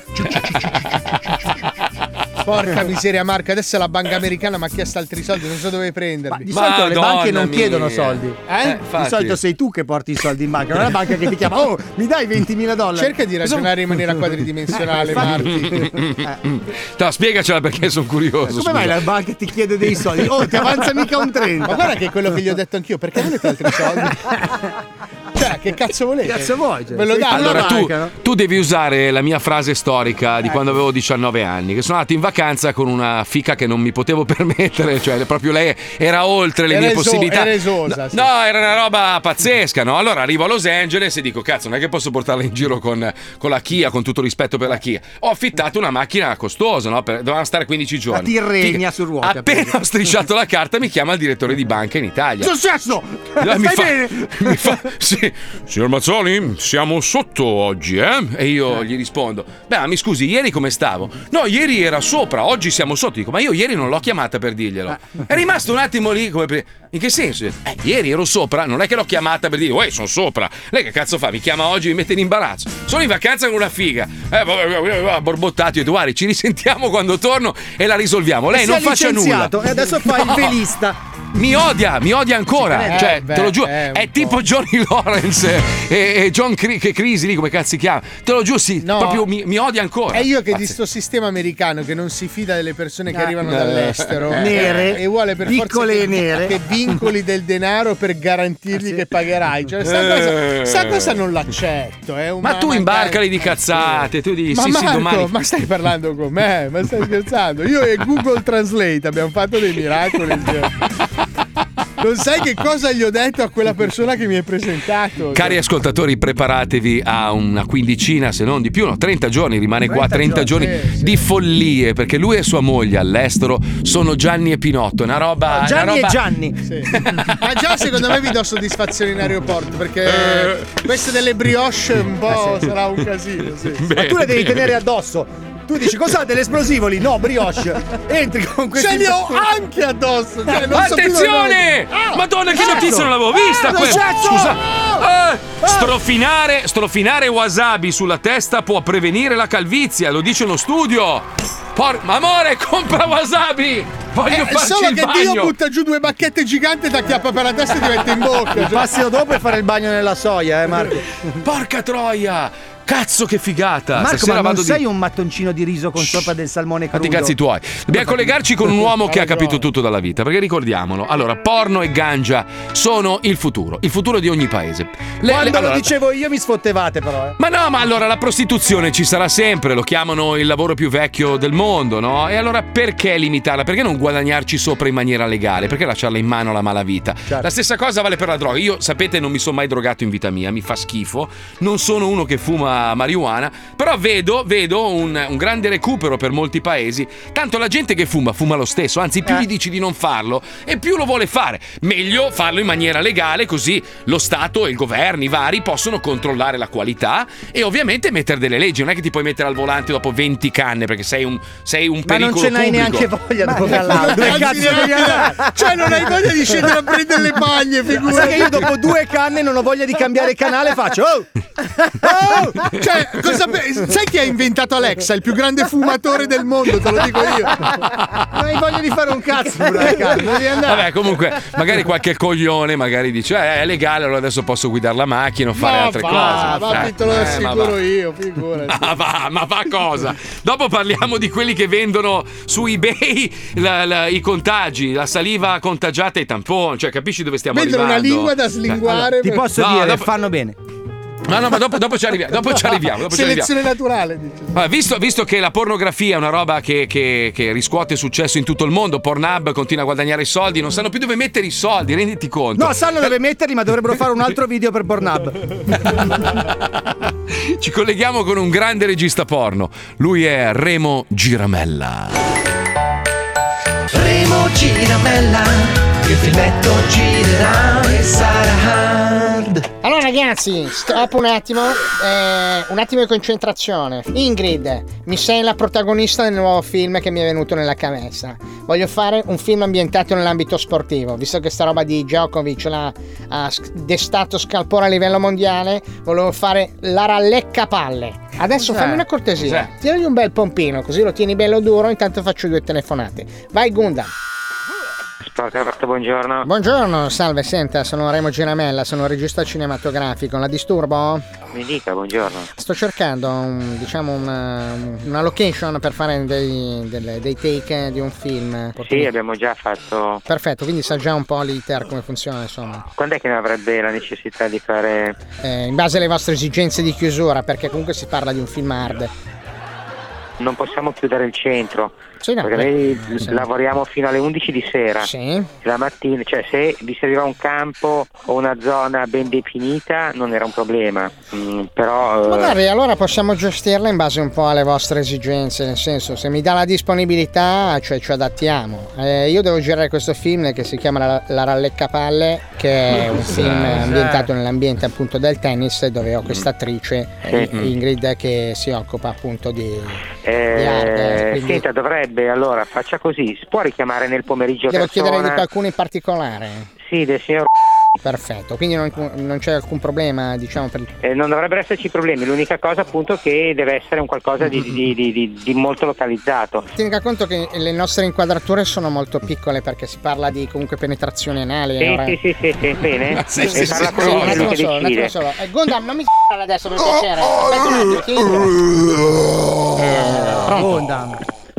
Porca miseria, Marco, adesso la banca americana mi ha chiesto altri soldi, non so dove prenderli. Di solito le banche non chiedono soldi. Di solito sei tu che porti i soldi in banca, non è la banca che ti chiama. Oh, mi dai $20.000? Cerca di ragionare in maniera quadridimensionale, Marti. No, spiegacela perché sono curioso. Come mai la banca ti chiede dei soldi? Oh, ti avanza mica un 30. Ma guarda che è quello che gli ho detto anch'io, perché volete altri soldi? Cioè, che cazzo volete? Cazzo vuoi? Cioè, ve lo dà allora banca, no? tu devi usare la mia frase storica di quando avevo 19 anni, che sono andato in vacanza con una fica che non mi potevo permettere, cioè proprio lei era oltre le mie possibilità. Era esosa, sì. No, era una roba pazzesca, no? Allora arrivo a Los Angeles e dico, cazzo, non è che posso portarla in giro con la Kia, con tutto rispetto per la Kia. Ho affittato una macchina costosa, no? Dovevamo stare 15 giorni. La Tirrenia su ruote. Appena ho strisciato la carta mi chiama il direttore di banca in Italia. Successo! Mi fa, sì, signor Mazzoli, siamo sotto oggi, E io gli rispondo, beh, mi scusi, ieri come stavo? No, ieri era sopra, oggi siamo sotto. Dico, ma io ieri non l'ho chiamata per dirglielo. È rimasto un attimo lì come in che senso? Ieri ero sopra, non è che l'ho chiamata per dire, uè, sono sopra. Lei che cazzo fa? Mi chiama oggi, mi mette in imbarazzo. Sono in vacanza con una figa. Borbottati, io dico, guardi, ci risentiamo quando torno e la risolviamo. Lei non faccia nulla. E adesso fa il velista. mi odia ancora. Cioè, te lo giuro, è tipo Johnny Lawrence e John Crisi lì, come cazzo si chiama. Te lo giuro, sì, proprio mi odia ancora. È io che di sto sistema americano che non si fida delle persone che arrivano dall'estero nere e vuole per piccole forza e nere che vincoli del denaro per garantirgli che pagherai. Cioè, sta cosa non l'accetto. Ma tu imbarcali di cazzate, tu dici ma Marco, domani. Ma stai parlando con me? Ma stai scherzando? Io e Google Translate abbiamo fatto dei miracoli. Non sai che cosa gli ho detto a quella persona che mi hai presentato. Cari ascoltatori, preparatevi a una quindicina, se non di più, 30 giorni, rimane qua 30 giorni di follie, perché lui e sua moglie all'estero sono Gianni e Pinotto, una roba... Gianni e Gianni. Sì. Ma già secondo me vi do soddisfazione in aeroporto, perché queste delle brioche un po' sarà un casino. Sì. Ma tu le devi tenere addosso. Tu dici cosa? Delle esplosivoli? No, brioche. Entri con questi. Ce li ho anche addosso. Cioè, non attenzione! So Madonna, che notizia non l'avevo vista questa! Scusa. Strofinare wasabi sulla testa può prevenire la calvizie, lo dice uno studio. Amore, compra wasabi! Voglio farci solo il che bagno. Dio butta giù 2 bacchette giganti, ti acchiappa per la testa e ti mette in bocca. Il passino dopo è fare il bagno nella soia, Marco. Porca troia! Cazzo, che figata! Marco, Stasera ma non vado sei un mattoncino di riso con sopra del salmone crudo? Fatti i cazzi tuoi. Dobbiamo collegarci con un uomo che ha capito tutto dalla vita, perché ricordiamolo. Allora, porno e ganja sono il futuro di ogni paese. Quando lo dicevo io mi sfottevate però. Ma no, ma allora la prostituzione ci sarà sempre, lo chiamano il lavoro più vecchio del mondo, no? E allora perché limitarla? Perché non guadagnarci sopra in maniera legale? Perché lasciarla in mano alla malavita? Certo. La stessa cosa vale per la droga. Io, sapete, non mi sono mai drogato in vita mia, mi fa schifo. Non sono uno che fuma marijuana, però vedo un grande recupero per molti paesi. Tanto la gente che fuma lo stesso, anzi più gli dici di non farlo e più lo vuole fare. Meglio farlo in maniera legale, così lo Stato e il governo, i vari, possono controllare la qualità e ovviamente mettere delle leggi. Non è che ti puoi mettere al volante dopo 20 canne perché sei un pericolo pubblico. Ma non ce n'hai neanche voglia dopo due cazzo cioè non hai voglia di scendere a prendere le paglie, figurati. Sai che io dopo 2 canne non ho voglia di cambiare canale, faccio cioè, sai chi ha inventato Alexa? Il più grande fumatore del mondo, te lo dico io. Non hai voglia di fare un cazzo. Vabbè, comunque, magari qualche coglione magari dice è legale, allora adesso posso guidare la macchina o fare altre cose. Ma te lo assicuro io, figurati. Ma va cosa? Dopo parliamo di quelli che vendono su eBay i contagi, la saliva contagiata e i tamponi, cioè capisci dove stiamo vendono arrivando? Una lingua da slinguare. Ti posso dire, fanno bene. No, ma dopo ci arriviamo. Selezione naturale, dice. Visto che la pornografia è una roba che riscuote successo in tutto il mondo, Pornhub continua a guadagnare soldi, non sanno più dove mettere i soldi, renditi conto. No, sanno dove metterli, ma dovrebbero fare un altro video per Pornhub. Ci colleghiamo con un grande regista porno. Lui è Remo Giramella. Remo Giramella, il filmetto girerà e sarà hard. Allora ragazzi, stop un attimo di concentrazione. Ingrid, mi sei la protagonista del nuovo film che mi è venuto nella cabeza. Voglio fare un film ambientato nell'ambito sportivo. Visto che sta roba di Djokovic ha destato scalpore a livello mondiale, volevo fare la ralleccapalle. Adesso fammi una cortesia, tiragli un bel pompino, così lo tieni bello duro, intanto faccio 2 telefonate. Vai Gunda. Buongiorno. Buongiorno, salve, senta, sono Remo Giramella, sono regista cinematografico, la disturbo? Mi dica, buongiorno. Sto cercando una location per fare dei take di un film. Sì, abbiamo già fatto. Perfetto, quindi sa già un po' l'iter, come funziona, insomma. Quando è che ne avrebbe la necessità di fare? In base alle vostre esigenze di chiusura, perché comunque si parla di un film hard. Non possiamo chiudere il centro. Sì, no, perché noi lavoriamo fino alle 11 di sera. Sì. La mattina, cioè se vi serviva un campo o una zona ben definita non era un problema. Però magari allora possiamo gestirla in base un po' alle vostre esigenze, nel senso, se mi dà la disponibilità, cioè ci adattiamo. Io devo girare questo film che si chiama La ralleccapalle, che è un film ambientato nell'ambiente appunto del tennis, dove ho questa attrice Ingrid che si occupa appunto di arte. Quindi... Senta, dovrebbe, allora faccia così, si può richiamare nel pomeriggio? Devo chiedere di qualcuno in particolare? Sì, del signor Perfetto, quindi non c'è alcun problema, diciamo, per Non dovrebbero esserci problemi, l'unica cosa appunto che deve essere un qualcosa di molto localizzato. Tenga conto che le nostre inquadrature sono molto piccole perché si parla di comunque penetrazione anale. Sì, bene. Un attimo solo. Gundam, non mi adesso per piacere. Aspetta un attimo, Gundam.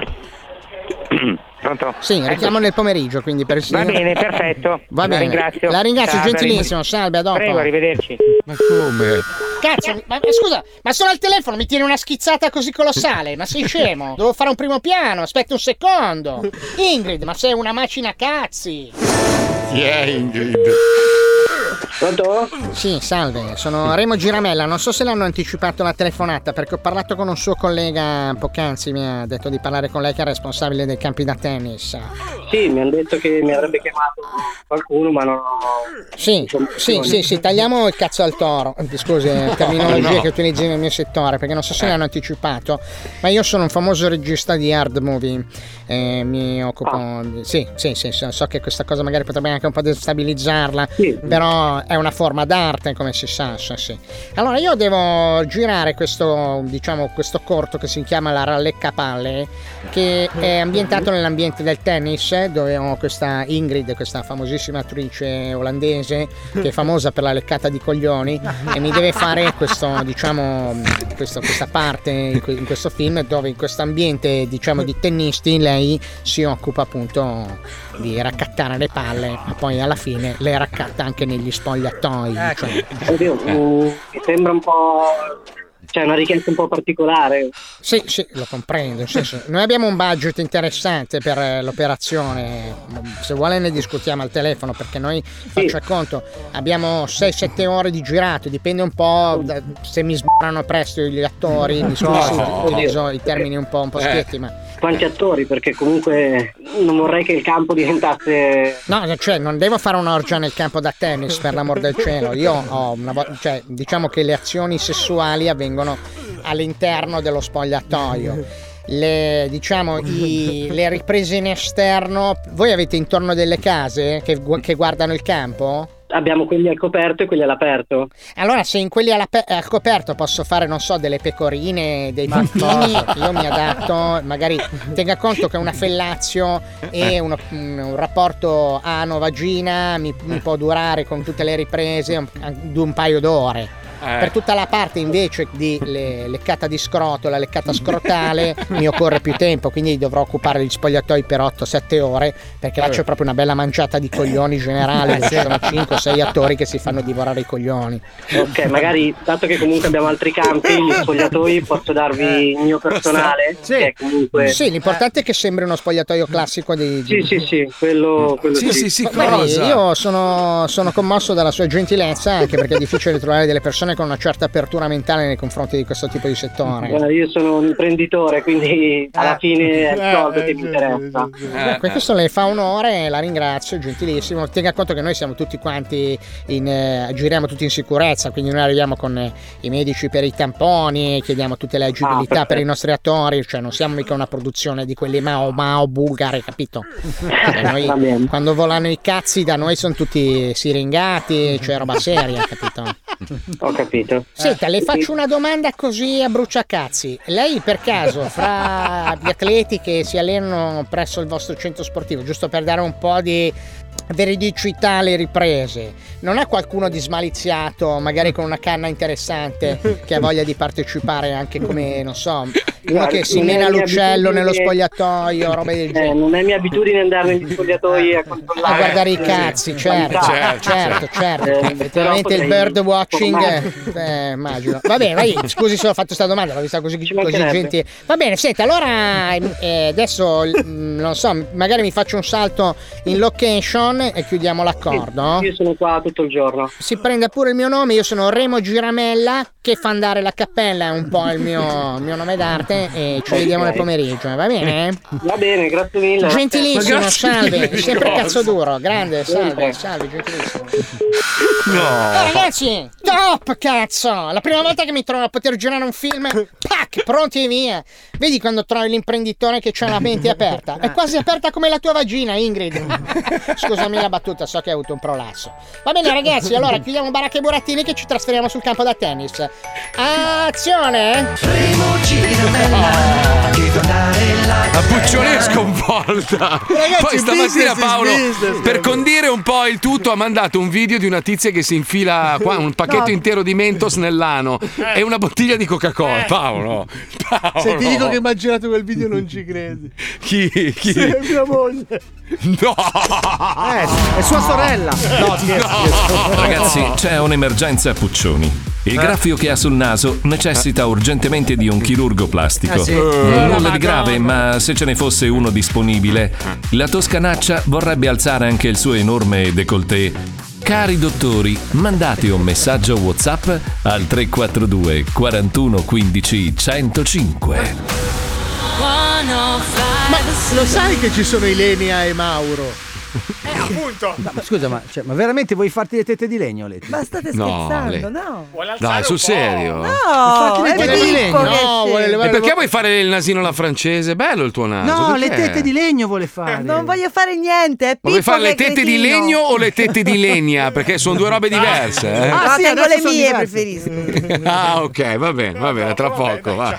Pronto? Sì, richiamo nel pomeriggio, quindi per Va bene, perfetto. Va bene. La ringrazio, Salve, gentilissimo. Salve, a dopo. Prego, arrivederci. Ma come? Cazzo, ma scusa, ma sono al telefono, mi tieni una schizzata così colossale? Ma sei scemo? Devo fare un primo piano, aspetta un secondo. Ingrid, ma sei una macina cazzi. Chi è Ingrid? Pronto? Sì, salve, sono Remo Giramella, non so se l'hanno anticipato la telefonata perché ho parlato con un suo collega poc'anzi, mi ha detto di parlare con lei che è responsabile dei campi da tennis. Sì, mi hanno detto che mi avrebbe chiamato qualcuno, ma non ho... Sì, tagliamo il cazzo al toro. Scusi, terminologia che utilizzi nel mio settore, perché non so se l'hanno anticipato, ma io sono un famoso regista di hard movie. Mi occupo Sì, so che questa cosa magari potrebbe anche un po' destabilizzarla, però è una forma d'arte, come si sa, sì. Allora io devo girare questo corto che si chiama La Rallecca Palle, che è ambientato nell'ambiente del tennis, dove ho questa Ingrid, questa famosissima attrice olandese che è famosa per la leccata di coglioni, e mi deve fare questa parte in questo film, dove in questo ambiente di tennisti lei si occupa appunto di raccattare le palle, ma poi alla fine le raccatta anche negli spogliatoi. Oddio, mi sembra un po'... C'è una richiesta un po' particolare. Sì, lo comprendo. Nel senso, noi abbiamo un budget interessante per l'operazione. Se vuole ne discutiamo al telefono, perché noi, faccio il conto, abbiamo 6-7 ore di girato, dipende un po' se mi sbarano presto gli attori, utilizzo i termini un po' schietti, ma... Quanti attori? Perché comunque non vorrei che il campo diventasse... No, non devo fare un'orgia nel campo da tennis, per l'amor del cielo. Io ho diciamo che le azioni sessuali avvengono all'interno dello spogliatoio. Le riprese in esterno. Voi avete intorno delle case che guardano il campo? Abbiamo quelli al coperto e quelli all'aperto. Allora, se in quelli al coperto posso fare, non so, delle pecorine, dei puntini, io mi adatto. Magari tenga conto che una fellazio e un rapporto ano-vagina mi può durare, con tutte le riprese, un paio d'ore. Per tutta la parte invece di leccata di scroto, la leccata scrotale, mi occorre più tempo, quindi dovrò occupare gli spogliatoi per 8-7 ore, perché là c'è proprio una bella manciata di coglioni generale, ci sono 5-6 attori che si fanno divorare i coglioni. Ok, magari, dato che comunque abbiamo altri campi, gli spogliatoi, posso darvi il mio personale? Che comunque... Sì, l'importante è che sembri uno spogliatoio classico di... Sì, quello sì. Guardi, io sono commosso dalla sua gentilezza, anche perché è difficile trovare delle persone con una certa apertura mentale nei confronti di questo tipo di settore. Io sono un imprenditore, quindi alla fine è il soldo che mi interessa. Questo le fa onore, la ringrazio, gentilissimo. Tenga conto che noi siamo tutti quanti giriamo tutti in sicurezza, quindi noi arriviamo con i medici per i tamponi, chiediamo tutte le agibilità per i nostri attori, cioè non siamo mica una produzione di quelli Mao bulgari, capito? Noi, quando volano i cazzi da noi sono tutti siringati, cioè roba seria, capito? Ho capito. Senta, le faccio una domanda così a bruciacazzi. Lei per caso, fra gli atleti che si allenano presso il vostro centro sportivo, giusto per dare un po' di veridicità alle riprese, non ha qualcuno di smaliziato, magari con una canna interessante, che ha voglia di partecipare anche come, non so, uno che si mena l'uccello nello spogliatoio, roba del genere? Non è mia abitudine andare negli spogliatoi a controllare, a guardare i cazzi, certo. Effettivamente il bird watching, immagino. Va bene, vai, scusi se ho fatto questa domanda, l'ho vista così gentile. Va bene, senta, allora adesso non so, magari mi faccio un salto in location e chiudiamo l'accordo. Io sono qua tutto il giorno. Si prenda pure il mio nome, io sono Remo Giramella, che fa andare la cappella, è un po' il mio nome d'arte. niente e ci vediamo nel pomeriggio, va bene? Va bene, grazie mille. Gentilissimo, Grazie salve, mille. sempre cazzo duro, grande, salve, gentilissimo. Ragazzi, top cazzo! La prima volta che mi trovo a poter girare un film, pac, pronti e via. Vedi quando trovi l'imprenditore che c'ha la mente aperta? È quasi aperta come la tua vagina, Ingrid. Scusami la battuta, so che hai avuto un prolasso. Va bene ragazzi, allora chiudiamo baracca e burattini che ci trasferiamo sul campo da tennis. Azione! La Puccione è sconvolta. Ragazzi, Poi stamattina business, Paolo, business, per condire un po' il tutto, ha mandato un video di una tizia che si infila qua un pacchetto intero di Mentos nell'ano e una bottiglia di Coca-Cola. Paolo. Se ti dico che ho immaginato quel video non ci credi. Chi? Sì, è mia moglie. No! È sua sorella. No, scherzo. Ragazzi, c'è un'emergenza a Puccioni. Il graffio che ha sul naso necessita urgentemente di un chirurgo plastico. Sì. Nulla di grave, ma se ce ne fosse uno disponibile, la toscanaccia vorrebbe alzare anche il suo enorme décolleté. Cari dottori, mandate un messaggio WhatsApp al 342 41 15 105. Ma lo sai che ci sono Ilenia e Mauro? Appunto. Ma scusa, ma veramente vuoi farti le tette di legno, Leti? Ma state No, scherzando, lei- no? Dai, sul serio? No, le è tette di legno? Filippo che No, scende. vuole levare E perché vuoi fare il nasino alla francese? Bello il tuo naso. No, le perché? tette di legno vuole fare. Non voglio fare niente, è Ma vuoi Pippo fare che le è tette di cretino. legno o le tette di legna? Perché sono due robe diverse. Eh? Ah, sì, tengo adesso le sono mie, diverse. preferisco. Ah, ok, va bene, tra poco. Va.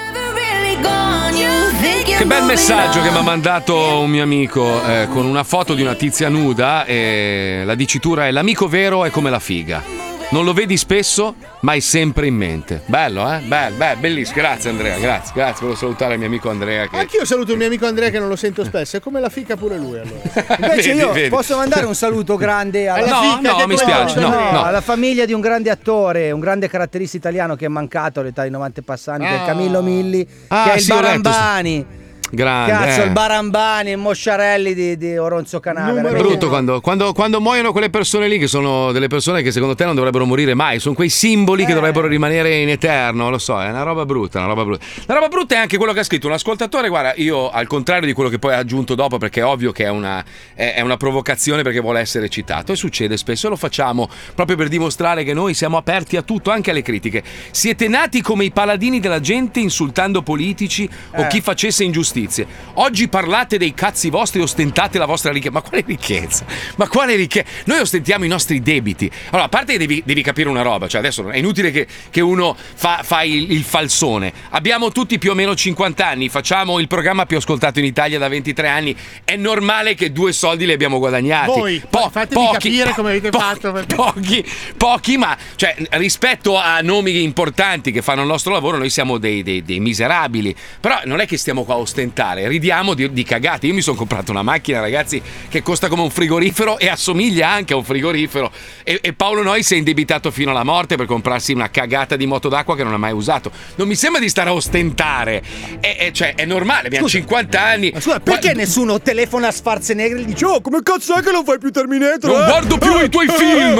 Che bel messaggio che mi ha mandato un mio amico con una foto di una tizia nuda e la dicitura è: l'amico vero è come la figa. Non lo vedi spesso, ma è sempre in mente. Bello, eh? Bellissimo. Grazie Andrea, grazie. Volevo salutare il mio amico Andrea che... Anch'io saluto il mio amico Andrea che non lo sento spesso. È come la fica pure lui allora. Invece io Vedi. posso mandare un saluto grande alla No, mi spiace. No. alla famiglia di un grande attore, un grande caratterista italiano che è mancato all'età di 90 passani, che è Camillo Milli, che è il sì, ho letto. Barambani. Grande. Cazzo, il Barambani, il Mosciarelli di Oronzo Canavera. È brutto quando muoiono quelle persone lì, che sono delle persone che secondo te non dovrebbero morire mai, sono quei simboli che dovrebbero rimanere in eterno, lo so, è una roba brutta. La roba brutta è anche quello che ha scritto un ascoltatore. Guarda, io al contrario di quello che poi ha aggiunto dopo, perché è ovvio che è una provocazione perché vuole essere citato, e succede spesso, e lo facciamo proprio per dimostrare che noi siamo aperti a tutto, anche alle critiche. Siete nati come i paladini della gente, insultando politici o chi facesse ingiustizie. Oggi parlate dei cazzi vostri, ostentate la vostra ricchezza. Ma quale ricchezza? Noi ostentiamo i nostri debiti. Allora, a parte che devi capire una roba, cioè adesso è inutile che uno fa il falsone. Abbiamo tutti più o meno 50 anni, facciamo il programma più ascoltato in Italia da 23 anni. È normale che 2 soldi li abbiamo guadagnati. Voi fatemi capire come avete fatto. Perché... Pochi, ma cioè, rispetto a nomi importanti che fanno il nostro lavoro, noi siamo dei miserabili. Però non è che stiamo qua a ostentare, ridiamo di cagate. Io mi sono comprato una macchina, ragazzi, che costa come un frigorifero e assomiglia anche a un frigorifero, e Paolo Noi si è indebitato fino alla morte per comprarsi una cagata di moto d'acqua che non ha mai usato. Non mi sembra di stare a ostentare, cioè è normale, abbiamo 50 anni. Ma scusa, perché nessuno telefona a Schwarzenegger e gli dice: oh, come cazzo è che non fai più Terminator? Non guardo più i tuoi film.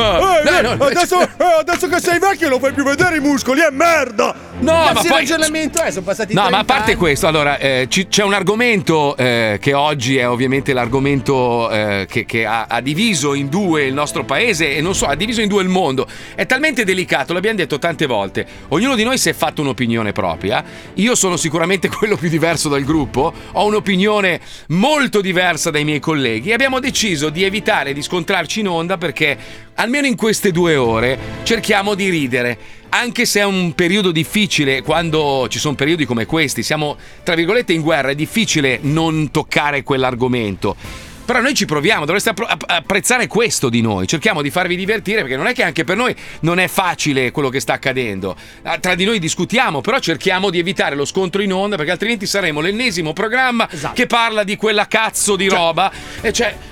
Adesso che sei vecchio non fai più vedere i muscoli, è merda. No, ma poi ragionamento sono passati 30 No, ma a parte anni. questo, allora c'è un argomento che oggi è ovviamente l'argomento che ha diviso in due il nostro paese, e non so, ha diviso in due il mondo. È talmente delicato, l'abbiamo detto tante volte. Ognuno di noi si è fatto un'opinione propria. Io sono sicuramente quello più diverso dal gruppo, ho un'opinione molto diversa dai miei colleghi, e abbiamo deciso di evitare di scontrarci in onda perché almeno in queste 2 ore cerchiamo di ridere. Anche se è un periodo difficile, quando ci sono periodi come questi, siamo tra virgolette in guerra, è difficile non toccare quell'argomento. Però noi ci proviamo, dovreste apprezzare questo di noi, cerchiamo di farvi divertire, perché non è che anche per noi non è facile quello che sta accadendo. Tra di noi discutiamo, però cerchiamo di evitare lo scontro in onda, perché altrimenti saremo l'ennesimo programma che parla di quella cazzo di roba, e cioè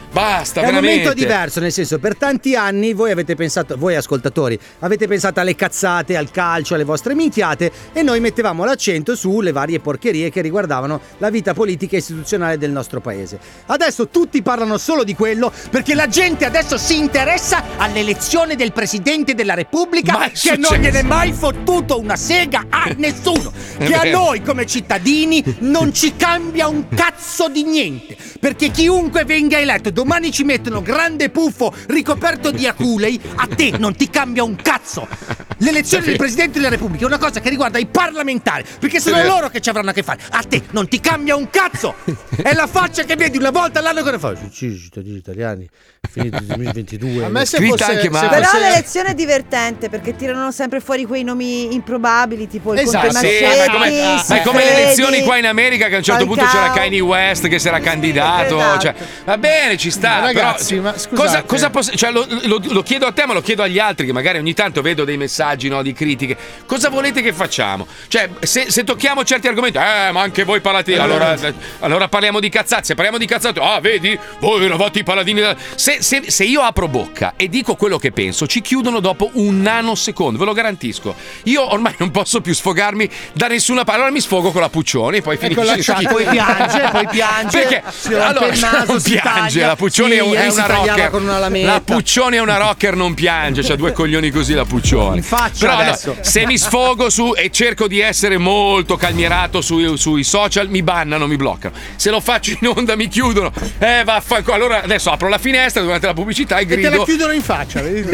Basta, è un veramente. momento diverso, nel senso, per tanti anni voi avete pensato, voi ascoltatori, avete pensato alle cazzate, al calcio, alle vostre minchiate, e noi mettevamo l'accento sulle varie porcherie che riguardavano la vita politica e istituzionale del nostro paese. Adesso tutti parlano solo di quello perché la gente adesso si interessa all'elezione del Presidente della Repubblica, che non gliene è mai fottuto una sega a nessuno, che a noi come cittadini non ci cambia un cazzo di niente, perché chiunque venga eletto, domani ci mettono grande puffo ricoperto di aculei, a te non ti cambia un cazzo. L'elezione del Presidente della Repubblica è una cosa che riguarda i parlamentari, perché sono loro che ci avranno a che fare. A te non ti cambia un cazzo. È la faccia che vedi una volta all'anno che ne fa. Cittadini italiani, finito il 2022. A me se fosse, anche se Però fosse- l'elezione è divertente perché tirano sempre fuori quei nomi improbabili, tipo il Esatto. Conte Sì, Mascetti, ma è come le Fedi, elezioni qua in America, che a un certo punto c'era Falcao. Kanye West che si era candidato. esatto. Cioè, va bene, ci sta. Ragazzi, però, ma scusate. cioè, lo chiedo a te, ma lo chiedo agli altri, che magari ogni tanto vedo dei messaggi, no, di critiche. Cosa volete che facciamo? Cioè, se tocchiamo certi argomenti, ma anche voi parlate. Allora parliamo di cazzate. Se parliamo di cazzate, vedi, voi eravate i paladini. Se io apro bocca e dico quello che penso, ci chiudono dopo un nanosecondo, ve lo garantisco. Io ormai non posso più sfogarmi da nessuna parte. Allora mi sfogo con la Puccioni, poi finisce. Poi piange, Perché si rompe il naso, non si piange, taglia. la Puccioni Sì, è ieri si una tagliava rocker. con una lametta. La Puccioni è una rocker, non piange, c'ha due coglioni così la Puccioni. In faccia Però allora, adesso. se mi sfogo su e cerco di essere molto calmierato sui social, mi bannano, mi bloccano. Se lo faccio in onda mi chiudono. Vaffanculo. Allora adesso apro la finestra durante la pubblicità e E te grido. la chiudono in faccia, vedi?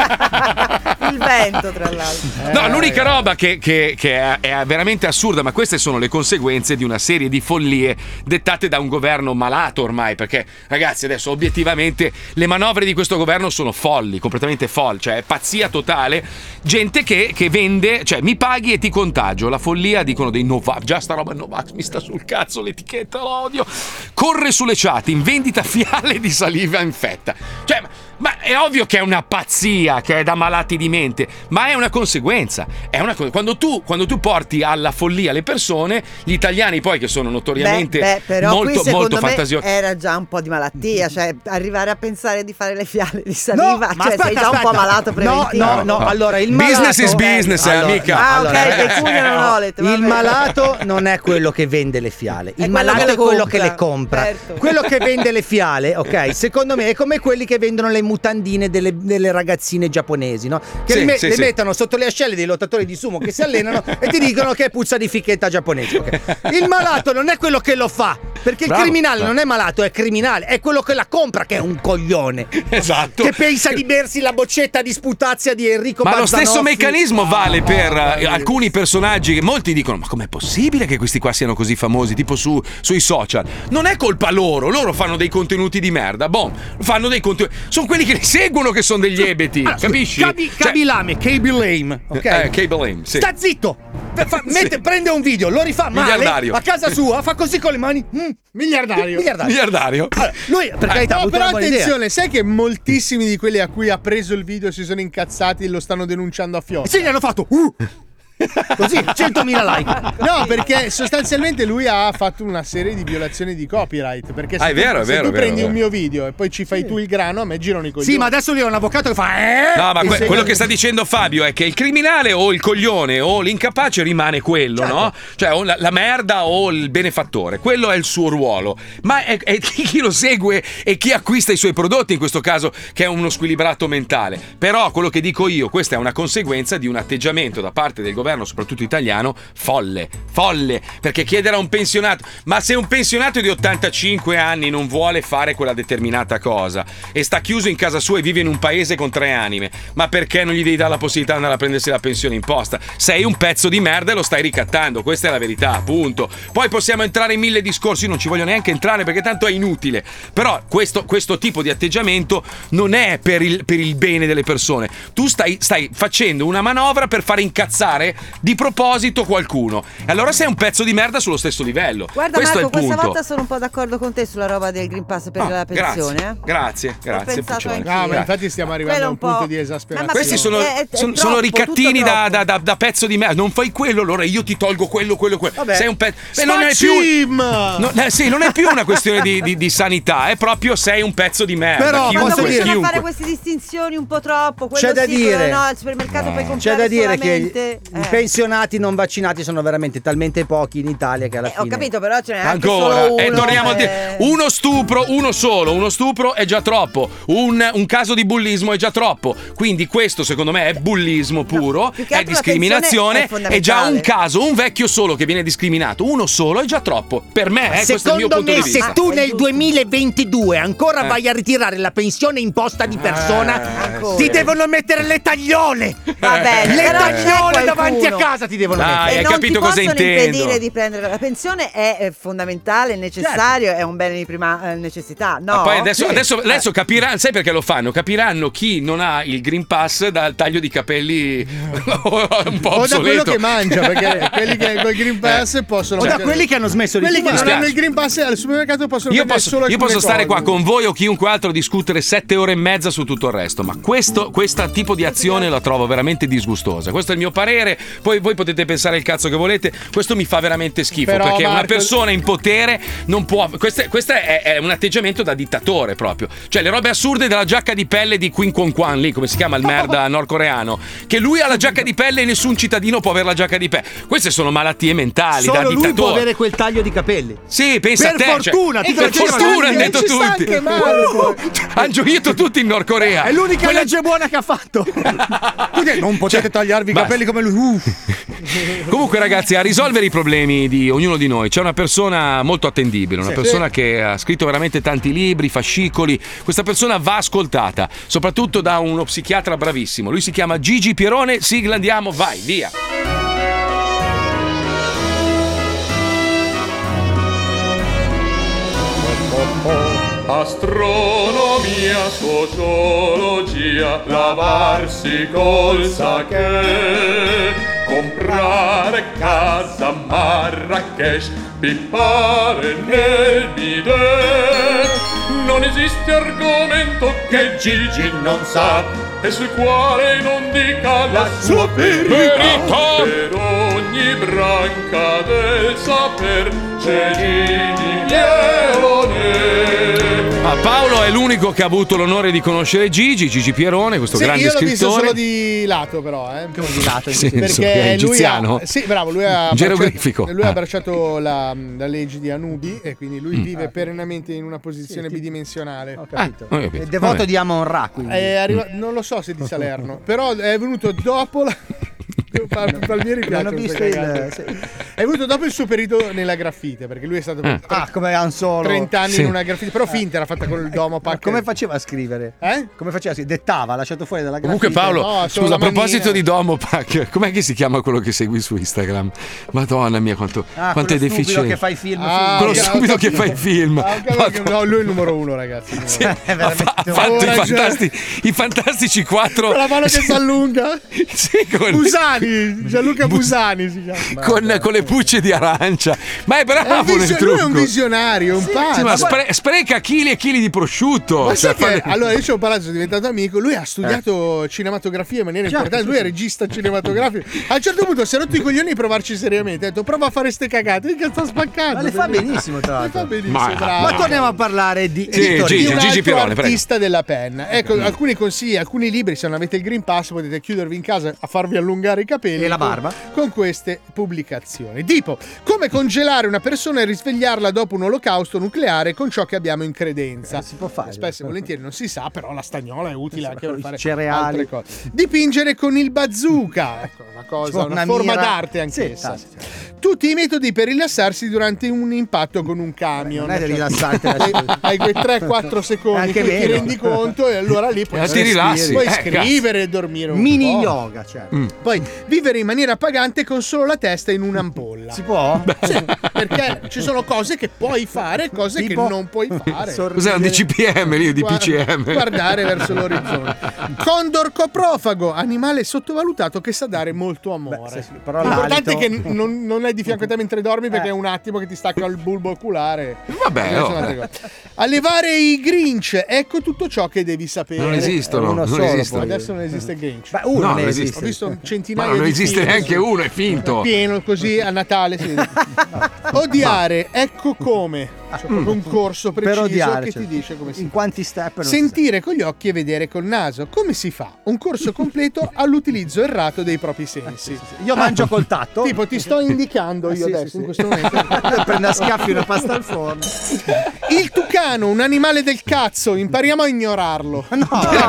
Il vento, tra l'altro. No, l'unica roba che è veramente assurda, ma queste sono le conseguenze di una serie di follie dettate da un governo malato ormai, perché ragazzi adesso obiettivamente le manovre di questo governo sono folli, completamente folli, cioè è pazzia totale, gente che vende, cioè mi paghi e ti contagio, la follia, dicono dei Novax, già sta roba Novax mi sta sul cazzo, l'etichetta l'odio, corre sulle chat in vendita fiale di saliva infetta, cioè ma è ovvio che è una pazzia, che è da malati di mente, ma è una conseguenza. Quando tu porti alla follia le persone, gli italiani poi che sono notoriamente però qui molto secondo me fantasiosi. era già un po' di malattia, cioè arrivare a pensare di fare le fiale di saliva, No, ma cioè aspetta, sei già un po' aspetta. malato preventivo. No, allora il malato Business is business, amica. Ah, Allora, ok, pecunio non ho letto. il malato non è quello che vende le fiale, il quello malato che le è quello che compra. le compra. Certo. Quello che vende le fiale, ok, secondo me è come quelli che vendono le mutandine delle ragazzine giapponesi, no? Che Sì, le sì, sì. mettono sotto le ascelle dei lottatori di sumo che si allenano e ti dicono che puzza di ficchetta giapponese. Ok. Il malato non è quello che lo fa, perché Bravo, il criminale bravo. non è malato, è criminale, è quello che la compra che è un coglione. Esatto. Che pensa di bersi la boccetta di sputazia di Enrico Ma lo Bazzanoffi. stesso meccanismo vale per alcuni personaggi che molti dicono: ma com'è possibile che questi qua siano così famosi, tipo sui social? Non è colpa loro fanno dei contenuti di merda. Fanno dei contenuti. Sono quelli che li seguono che sono degli ebeti, capisci? Cabilame, Cable Lame, ok? Cable Lame, sì. Sta zitto! Prende un video, lo rifà male Miliardario. a casa sua, fa così con le mani. Miliardario. Miliardario. Allora, lui, per carità, ha No, avuto però una buona idea. attenzione, sai che moltissimi di quelli a cui ha preso il video si sono incazzati e lo stanno denunciando a Fiotti? Sì, gli hanno fatto così, 100.000 like. No, perché sostanzialmente lui ha fatto una serie di violazioni di copyright. Perché se È vero, è se vero, tu è vero, prendi è un vero. mio video e poi ci fai tu il grano, a me girano i coglioni. Sì, ma adesso lui è un avvocato che fa No, ma e segue- quello che sta dicendo Fabio è che il criminale o il coglione o l'incapace rimane quello, Certo. no? Cioè o la merda o il benefattore, quello è il suo ruolo. Ma è chi lo segue e chi acquista i suoi prodotti in questo caso che è uno squilibrato mentale. Però quello che dico io, questa è una conseguenza di un atteggiamento da parte del governo, soprattutto italiano, folle, perché chiedere a un pensionato, ma se un pensionato di 85 anni non vuole fare quella determinata cosa e sta chiuso in casa sua e vive in un paese con 3 anime, ma perché non gli devi dare la possibilità di andare a prendersi la pensione imposta? Sei un pezzo di merda e lo stai ricattando, questa è la verità, punto. Poi possiamo entrare in 1000 discorsi, non ci voglio neanche entrare perché tanto è inutile, però questo tipo di atteggiamento non è per il bene delle persone. Tu stai facendo una manovra per far incazzare vaccinare di proposito qualcuno. E allora sei un pezzo di merda sullo stesso livello. Guarda Questo Marco, è il punto. questa volta sono un po' d'accordo con te sulla roba del Green Pass per la pensione. Grazie. pensato Puccioni. No, ma infatti stiamo arrivando a un punto di esasperazione. Questi sono troppo, ricattini tutto da pezzo di merda. Non fai quello, allora io ti tolgo quello. Vabbè. Sei un pezzo. Non è più. Non è più una questione di sanità, è proprio sei un pezzo di merda. Però quando posso cominciano a fare queste distinzioni un po' troppo, quello c'è da sì, dire, no, al supermercato puoi comprare c'è da dire che solamente, i pensionati non vaccinati sono veramente talmente pochi in Italia che alla fine ho capito, però ce n'è anche ancora solo uno, torniamo a dire uno stupro è già troppo, un caso di bullismo è già troppo, quindi questo secondo me è bullismo puro, è discriminazione, è già un caso, un vecchio solo che viene discriminato, uno solo è già troppo per me, questo è il mio punto di vista. Se tu nel 2022 ancora vai a ritirare la pensione imposta di persona, ti devono mettere le tagliole. Va bene, le però tagliole c'è davanti a qualcuno. casa ti devono Dai, mettere. hai non capito ti cosa possono intendo? impedire di prendere la pensione, è fondamentale, è necessario, è un bene di prima necessità. No? Ma poi adesso capiranno, sai perché lo fanno? Capiranno chi non ha il Green Pass dal taglio di capelli un po' o da quello obsoleto. che mangia, perché quelli che col Green Pass possono O da mangiare. quelli che hanno smesso di quelli che fumare. non hanno il Green Pass al supermercato possono Io prendere solo posso alcune stare cose. qua con voi o chiunque altro a discutere 7 ore e mezza su tutto il resto, ma questo tipo di azione la trovo veramente disgustosa. Questo è il mio parere, poi voi potete pensare il cazzo che volete, questo mi fa veramente schifo. Però, perché Marco, una persona in potere non può. Questo è un atteggiamento da dittatore proprio. Cioè, le robe assurde della giacca di pelle di Kim Kwon-kwan, lì come si chiama il merda nordcoreano, che lui ha la giacca di pelle e nessun cittadino può avere la giacca di pelle. Queste sono malattie mentali Solo da lui può dittatore. avere quel taglio di capelli. Sì, pensa Per a te. fortuna, cioè, ti per faceva fortuna hanno anche- detto ci sta tutti. anche male, Hanno gioito tutti in Nord Corea. È l'unica Quella- legge buona che ha fatto. Quindi non potete tagliarvi i capelli come lui. Comunque ragazzi, a risolvere i problemi di ognuno di noi c'è una persona molto attendibile, una persona che ha scritto veramente tanti libri, fascicoli. Questa persona va ascoltata, soprattutto da uno psichiatra bravissimo. Lui si chiama Gigi Pierone. Sigla, andiamo, vai, via. Astronomia, sociologia, lavarsi col sake, comprare casa a Marrakesh, pippare nel bidet. Non esiste argomento che Gigi non sa e sul quale non dica la sua verità. Per ogni branca del saper c'è Gigi Pierone. Ma Paolo è l'unico che ha avuto l'onore di conoscere Gigi Pierone, questo grande io l'ho visto scrittore. solo di lato, però, Come di lato? Sì, perché è lui egiziano. sì, bravo, lui ha Geroglifico. Lui ha abbracciato la legge di Anubi e quindi lui vive perennemente in una posizione Sì, bidimensionale. Ho capito. Ho capito. È devoto Vabbè. di Amon-Ra, quindi. Non lo so se di Salerno, però è venuto dopo la. Palmieri piace Non ho visto queste cagate. sì. È venuto dopo il suo periodo nella graffite, perché lui è stato per come Han Solo. 30 anni Sì. in una graffite, però finta, era fatta con il domo Ma come faceva a scrivere? Come faceva a scrivere? Dettava, lasciato fuori dalla grafica. Comunque Paolo, No, solo scusa, a la manina. proposito di Domopac, com'è che si chiama quello che segui su Instagram? Madonna mia, quanto è quello stupido deficiente. che fa i film. Quello ok, stupido ho che capito. fa i film. No, lui è il numero uno, ragazzi. Sì, ha fatto ragione. i fantastici 4 Con la mano che si allunga. Sì, Busani, Gianluca Busani si chiama. con le pucce di arancia. Ma è bravo nel trucco. Lui è un visionario, un pazzo. Sì, ma spreca chili e chili di prosciutto. Ma Cioè, sai che, allora io ci ho parlato, sono diventato amico. Lui ha studiato cinematografia in maniera importante. Lui è regista cinematografico. A un certo punto si è rotto i coglioni di provarci seriamente. Ha detto prova a fare ste cagate. Che sta spaccando. Ma le fa benissimo, tra l'altro. Le fa benissimo, bravo. Ma torniamo a parlare di Sì, Di un Gigi altro Pierone, prego. artista della penna. Ecco, alcuni consigli, alcuni libri. Se non avete il Green Pass potete chiudervi in casa a farvi allungare i capelli E la barba. con queste pubblicazioni. Tipo come congelare una persona e risvegliarla dopo un olocausto nucleare con ciò che abbiamo in credenza. Si può fare. Spesso e volentieri non si sa, però la stagnola è utile anche per fare cereali. altre cose. Dipingere con il bazooka, ecco, una cosa, una forma mira. d'arte anch'essa. Sì. Tutti i metodi per rilassarsi durante un impatto con un camion. Non è Cioè, rilassante. hai quei 3-4 secondi Anche in cui ti meno. rendi conto e allora lì puoi ti rilassi. puoi Cazzo. scrivere e dormire un Mini po'. yoga, cioè. Poi vivere in maniera pagante con solo la testa in un'ampolla. Si può? Sì, perché ci sono cose che puoi fare e cose Tipo? che non puoi fare. Cos'è un DCPM lì, di PCM? Guardare verso l'orizzonte. Condor coprofago, animale sottovalutato che sa dare molto amore. però l'importante è l'alito- che non è di fianco a te mentre dormi, perché è un attimo che ti stacca il bulbo oculare. Vabbè, Queste sono altre cose. Allevare i Grinch, ecco tutto ciò che devi sapere. Non esistono, Uno non solo, esistono. poi. Adesso non esiste il Grinch. Ma uno No, ne non esiste. esiste. Ho visto centinaia Ma non di esiste film. neanche uno, è finto. È pieno così a Natale. Si vede. Odiare, ecco come. C'è proprio un corso preciso odiare, che cioè, ti dice come si in fa. quanti step non Sentire con gli occhi e vedere col naso. Come si fa? Un corso completo all'utilizzo errato dei propri sensi. Io mangio col tatto. Tipo, ti sto indicando io sì, adesso sì, in sì. questo momento. Prendo a scaffi una pasta al forno. Il tucano, un animale del cazzo, impariamo a ignorarlo. No,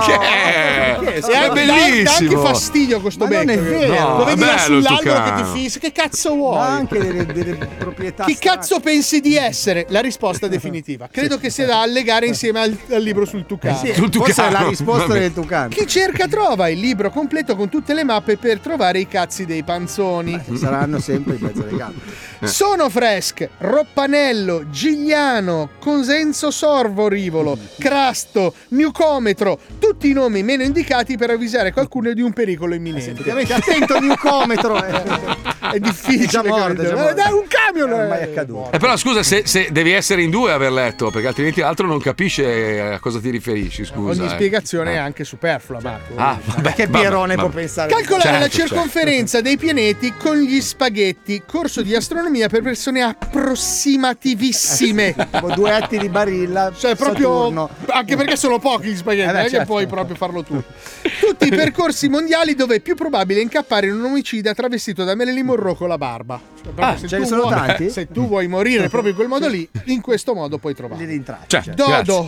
Perché? E anche, dà bellissimo. anche fastidio questo Ma non becco. è vero. No, Lo vedi è là bello il sull'albero che tucano. ti fissa. Che cazzo vuoi? Ma anche delle proprietà. Chi cazzo pensi di essere? La risposta definitiva. Credo che sia da allegare insieme al libro sul tucano. Sì, Sul forse è tucano. la risposta Vabbè. del tucano. Chi cerca trova il libro completo con tutte le mappe per trovare i cazzi dei panzoni. Saranno sempre in mezzo alle gambe. Sono Fresc, Roppanello, Gigliano, Consenso Sorvo Rivolo, Crasto, Newcometro, tutti i nomi meno indicati per avvisare qualcuno di un pericolo imminente. Attento Newcometro. È difficile. Già morto, capito? già morto. Dai, un camion! Non è mai accaduto. Però scusa, se devi essere in due a aver letto, perché altrimenti l'altro non capisce a cosa ti riferisci, scusa. Ogni spiegazione è anche superflua, Marco. Ah, vabbè, Che vabbè, Pierone vabbè. può pensare? Calcolare la Certo, circonferenza dei pianeti con gli spaghetti, corso di astronomia per persone approssimativissime. Tipo 2 atti di Barilla. Cioè proprio Saturno. anche perché sono pochi gli spaghetti, non è che certo. puoi proprio farlo tu. Tutti i percorsi mondiali dove è più probabile incappare in un omicida travestito da Marilyn Monroe con la barba. Cioè, proprio se ce ne tu sono vuoi- tanti? Se tu vuoi morire proprio in quel modo lì, in questo modo puoi trovarli. Li rintracci. Cioè, Dodo,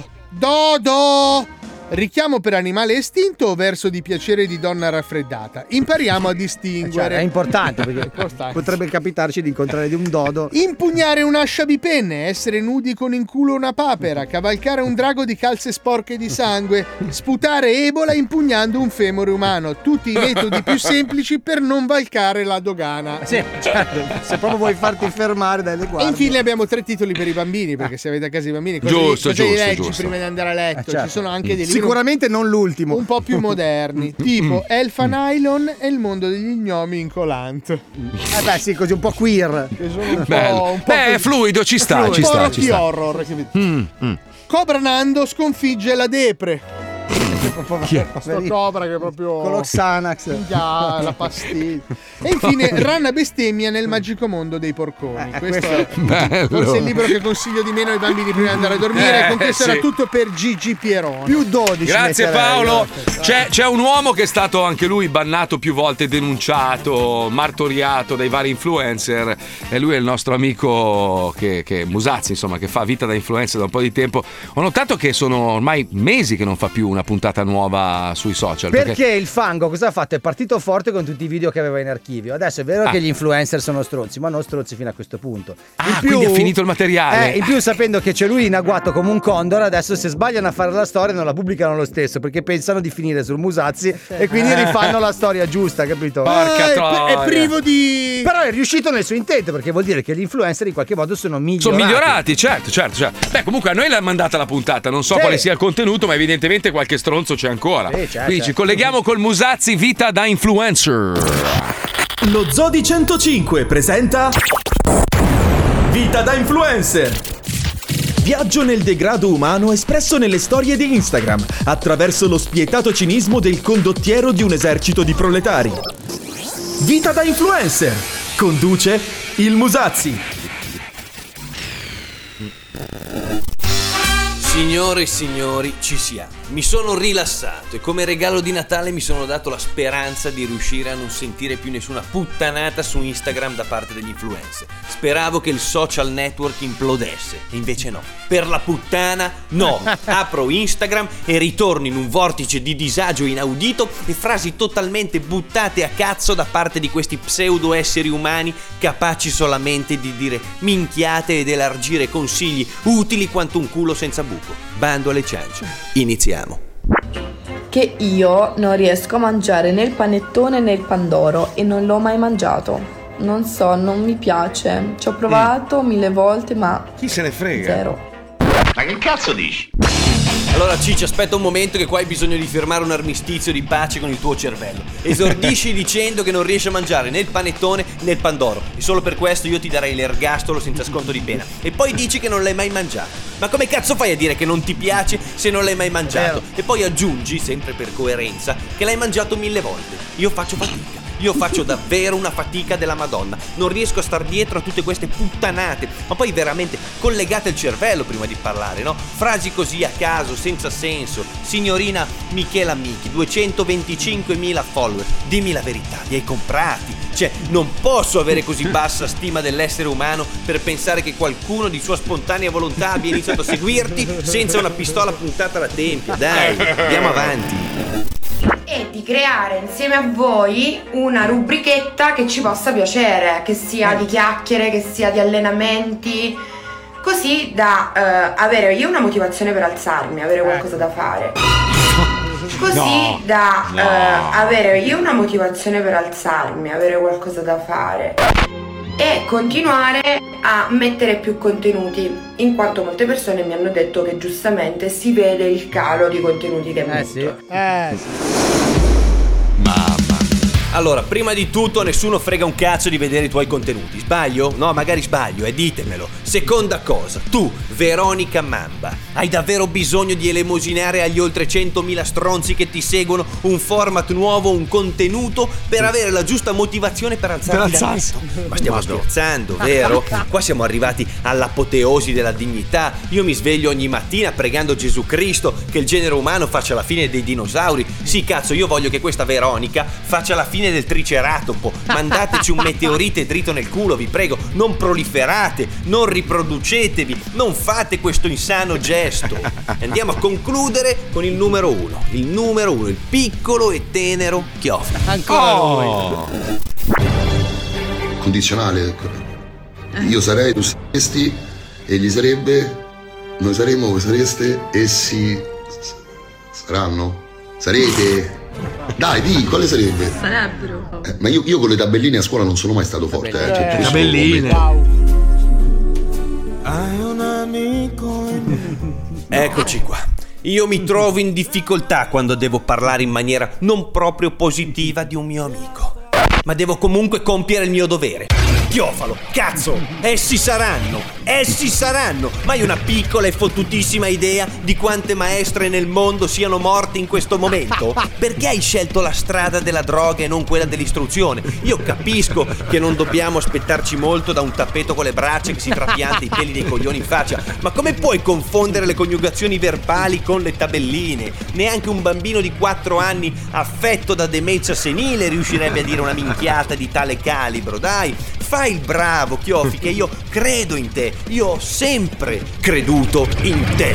Dodo! Richiamo per animale estinto o verso di piacere di donna raffreddata? Impariamo a distinguere. Cioè, è importante perché potrebbe capitarci di incontrare di un dodo. Impugnare un'ascia bipenne, essere nudi con in culo una papera, cavalcare un drago di calze sporche di sangue, sputare Ebola impugnando un femore umano. Tutti i metodi più semplici per non valcare la dogana. Sì, certo. Se proprio vuoi farti fermare dalle E guardie. infine abbiamo 3 titoli per i bambini, perché se avete a casa i bambini, cosa Giusto, cosa li giusto, leggi giusto. prima di andare a letto? Certo. Ci sono anche dei libri Sicuramente non l'ultimo. un po' più moderni, tipo Elfa Nylon e il mondo degli gnomi in Colant. Beh, sì, così un po' queer. Che sono un Bello. po', un po' Beh, è così. fluido, ci sta, un ci po' sta, Rocky ci sta. Horror. Cobra Nando sconfigge la depre. Sto Cobra che è proprio Con lo Xanax. Minchia, la pastiglia. E infine Ranna bestemmia nel magico mondo dei porconi. Questo è Bello. forse il libro che consiglio di meno ai bambini prima di andare a dormire. Con questo sì. era tutto per Gigi Pieroni. Più 12. Grazie metterei. Paolo. C'è un uomo che è stato anche lui bannato più volte, denunciato, martoriato dai vari influencer, e lui è il nostro amico che Musazzi, insomma, che fa vita da influencer da un po' di tempo. Ho notato che sono ormai mesi che non fa più una puntata nuova sui social. Perché il fango cosa ha fatto? È partito forte con tutti i video che aveva in archivio. Adesso è vero che gli influencer sono stronzi, ma non stronzi fino a questo punto. quindi è finito il materiale. In più, sapendo che c'è lui in agguato come un condor, adesso se sbagliano a fare la storia non la pubblicano lo stesso, perché pensano di finire sul Musazzi e quindi rifanno la storia giusta, capito? Porca troia. È privo di... Però è riuscito nel suo intento, perché vuol dire che gli influencer in qualche modo sono migliorati. Sono migliorati, certo. Beh, comunque a noi l'ha mandata la puntata, non so Sì. quale sia il contenuto, ma evidentemente qualche stronzo c'è ancora. Sì, certo. Quindi ci colleghiamo col Musazzi, vita da influencer. Lo Zodi 105 presenta Vita da influencer. Viaggio nel degrado umano espresso nelle storie di Instagram attraverso lo spietato cinismo del condottiero di un esercito di proletari. Vita da influencer. Conduce il Musazzi. Signore e signori, ci siamo. Mi sono rilassato e come regalo di Natale mi sono dato la speranza di riuscire a non sentire più nessuna puttanata su Instagram da parte degli influencer. Speravo che il social network implodesse, e invece no. Per la puttana, no. Apro Instagram e ritorno in un vortice di disagio inaudito e frasi totalmente buttate a cazzo da parte di questi pseudo esseri umani capaci solamente di dire minchiate ed elargire consigli utili quanto un culo senza buco. Bando alle ciance. Iniziamo. Che io non riesco a mangiare né il panettone né il pandoro e non l'ho mai mangiato. non so, non mi piace. Ci ho provato 1000 volte, ma chi se ne frega? Zero. Ma che cazzo dici? Allora Ciccio, aspetta un momento che qua hai bisogno di firmare un armistizio di pace con il tuo cervello. Esordisci dicendo che non riesci a mangiare né il panettone né il pandoro e solo per questo io ti darei l'ergastolo senza sconto di pena. E poi dici che non l'hai mai mangiato. Ma come cazzo fai a dire che non ti piace se non l'hai mai mangiato? E poi aggiungi, sempre per coerenza, che l'hai mangiato 1000 volte. Io faccio fatica. Io faccio davvero una fatica della Madonna. Non riesco a star dietro a tutte queste puttanate. Ma poi veramente collegate il cervello prima di parlare, no? Frasi così a caso, senza senso. Signorina Michela Michi, 225.000 follower. Dimmi la verità, li hai comprati? Cioè, non posso avere così bassa stima dell'essere umano per pensare che qualcuno di sua spontanea volontà abbia iniziato a seguirti senza una pistola puntata alla tempia. Dai, andiamo avanti. E di creare insieme a voi una rubrichetta che ci possa piacere, che sia di chiacchiere, che sia di allenamenti, così da avere io una motivazione per alzarmi, avere qualcosa da fare. Così da avere io una motivazione per alzarmi, avere qualcosa da fare e continuare a mettere più contenuti, in quanto molte persone mi hanno detto che giustamente si vede il calo di contenuti che metto. Allora, prima di tutto nessuno frega un cazzo di vedere i tuoi contenuti. Sbaglio? No, magari sbaglio, ditemelo. Seconda cosa, tu, Veronica Mamba, hai davvero bisogno di elemosinare agli oltre 100.000 stronzi che ti seguono un format nuovo, un contenuto per avere la giusta motivazione per alzarti dal letto? Ma stiamo scherzando, vero? Qua siamo arrivati all'apoteosi della dignità. Io mi sveglio ogni mattina pregando Gesù Cristo che il genere umano faccia la fine dei dinosauri. Sì, cazzo, io voglio che questa Veronica faccia la fine del triceratopo. Mandateci un meteorite dritto nel culo, vi prego. Non proliferate, non riproducetevi, non fate questo insano gesto. Andiamo a concludere con il numero uno, il piccolo e tenero Chioffi. Ancora condizionale. Io sarei, tu saresti, egli sarebbe, noi saremo, voi sareste, essi saranno, sarete. Dai, di, quale sarebbe? Sarebbero. Ma io con le tabelline a scuola non sono mai stato forte. Cioè, tabelline. Hai un amico in me. Eccoci qua. Io mi trovo in difficoltà quando devo parlare in maniera non proprio positiva di un mio amico. Ma devo comunque compiere il mio dovere. Chiofalo, cazzo, essi saranno, ma hai una piccola e fottutissima idea di quante maestre nel mondo siano morte in questo momento? Perché hai scelto la strada della droga e non quella dell'istruzione? Io capisco che non dobbiamo aspettarci molto da un tappeto con le braccia che si trapianta i peli dei coglioni in faccia, ma come puoi confondere le coniugazioni verbali con le tabelline? Neanche un bambino di 4 anni affetto da demenza senile riuscirebbe a dire una minchiata di tale calibro, dai! Fai il bravo, Chioffi, che io credo in te. Io ho sempre creduto in te.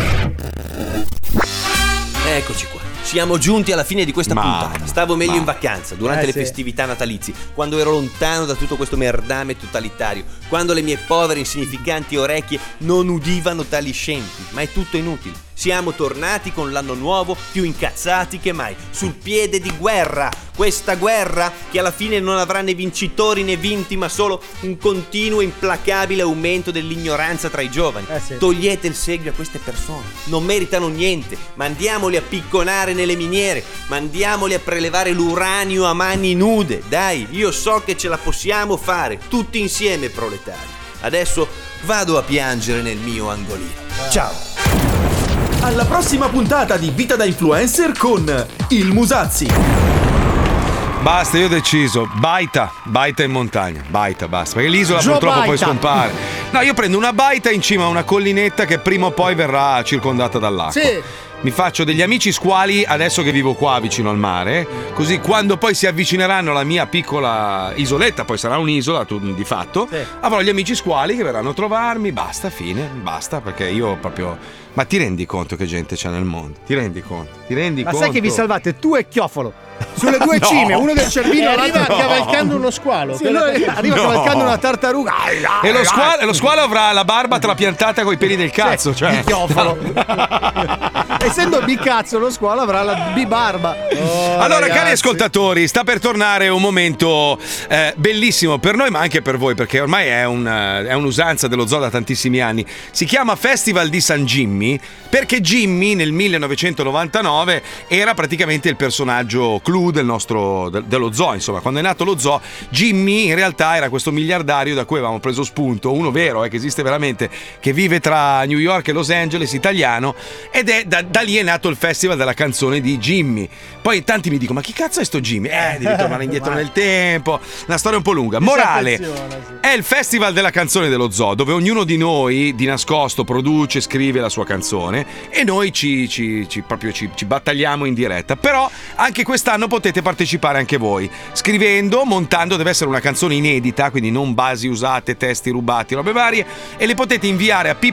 Eccoci qua. Siamo giunti alla fine di questa puntata. Stavo meglio in vacanza, durante le festività natalizie, quando ero lontano da tutto questo merdame totalitario, quando le mie povere insignificanti orecchie non udivano tali scempi. Ma è tutto inutile. Siamo tornati con l'anno nuovo più incazzati che mai, sul piede di guerra. Questa guerra che alla fine non avrà né vincitori né vinti, ma solo un continuo e implacabile aumento dell'ignoranza tra i giovani. Togliete il seglio a queste persone, non meritano niente. Mandiamoli a picconare nelle miniere, mandiamoli a prelevare l'uranio a mani nude. Dai, io so che ce la possiamo fare, tutti insieme, proletari. Adesso vado a piangere nel mio angolino. Ciao. Alla prossima puntata di Vita da Influencer con il Musazzi. Basta, io ho deciso, baita in montagna, basta, perché l'isola purtroppo poi scompare. No, io prendo una baita in cima a una collinetta che prima o poi verrà circondata dall'acqua. Sì. Mi faccio degli amici squali adesso che vivo qua vicino al mare, così quando poi si avvicineranno alla mia piccola isoletta, poi sarà un'isola di fatto, avrò gli amici squali che verranno a trovarmi, basta, perché io proprio... Ma ti rendi conto che gente c'è nel mondo? Ti rendi conto? Ma sai che vi salvate tu e Chiofalo? sulle due cime, uno del cervino e arriva cavalcando uno squalo. Sì, arriva cavalcando una tartaruga. E lo squalo avrà la barba trapiantata coi peli del cazzo, cioè. Bicchiofalo. Essendo bicazzo, lo squalo avrà la bibarba. Allora, ragazzi, cari ascoltatori, sta per tornare un momento bellissimo per noi, ma anche per voi, perché ormai è un'usanza dello zoo da tantissimi anni. Si chiama Festival di San Jimmy, perché Jimmy nel 1999 era praticamente il personaggio clou dello zoo. Insomma, quando è nato lo zoo, Jimmy in realtà era questo miliardario da cui avevamo preso spunto, uno vero, che esiste veramente, che vive tra New York e Los Angeles, italiano, ed è da lì è nato il Festival della canzone di Jimmy. Poi tanti mi dicono: ma chi cazzo è sto Jimmy? Devi tornare indietro nel tempo, una storia un po' lunga. Morale, è il Festival della canzone dello zoo, dove ognuno di noi di nascosto produce, scrive la sua canzone e noi ci battagliamo in diretta. Però anche quest'anno potete partecipare anche voi, scrivendo, montando, deve essere una canzone inedita, quindi non basi usate, testi rubati, robe varie, e le potete inviare a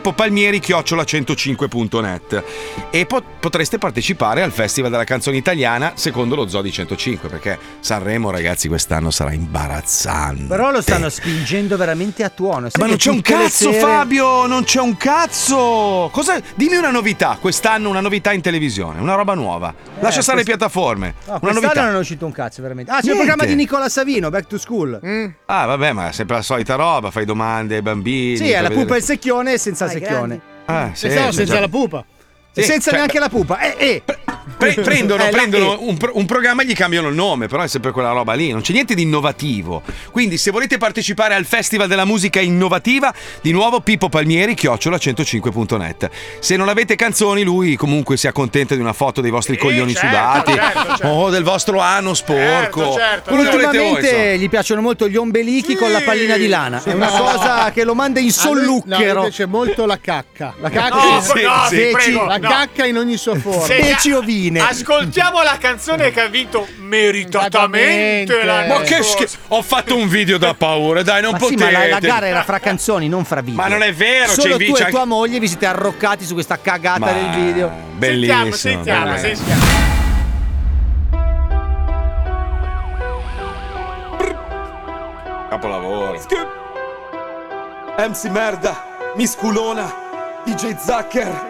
pippopalmieri@105.net e potreste partecipare al Festival della canzone italiana secondo lo Zoo di 105, perché Sanremo, ragazzi, quest'anno sarà imbarazzante. Però lo stanno spingendo veramente a tuono. Ma non c'è un cazzo, Fabio, non c'è un cazzo. Dimmi una novità quest'anno, una novità in televisione, una roba nuova. Lascia stare le piattaforme. No, una novità. Non è uscito un cazzo, veramente. C'è il programma di Nicola Savino, Back to School. Ah, vabbè, ma è sempre la solita roba, fai domande ai bambini. Sì, è la pupa e il secchione senza il secchione. Senza la pupa. Sì, senza neanche la pupa. Prendono un programma e gli cambiano il nome, però è sempre quella roba lì, non c'è niente di innovativo. Quindi se volete partecipare al Festival della musica innovativa, di nuovo Pippo Palmieri @105.net. Se non avete canzoni, lui comunque si accontenta di una foto dei vostri coglioni sudati o del vostro ano sporco. Ultimamente gli piacciono molto gli ombelichi con la pallina di lana. È una cosa che lo manda in solluchero. Mi piace molto la cacca. La cacca la cacca in ogni sua forma. Feci ovine. Ascoltiamo la canzone che ha vinto meritatamente Ma che ho fatto un video da paura, dai, non potete. Ma la gara era fra canzoni, non fra video. Ma non è vero, solo tu e tua moglie vi siete arroccati su questa cagata del video. Bellissimo. Sentiamo. Capolavoro. MC Merda, Misculona, DJ Zucker.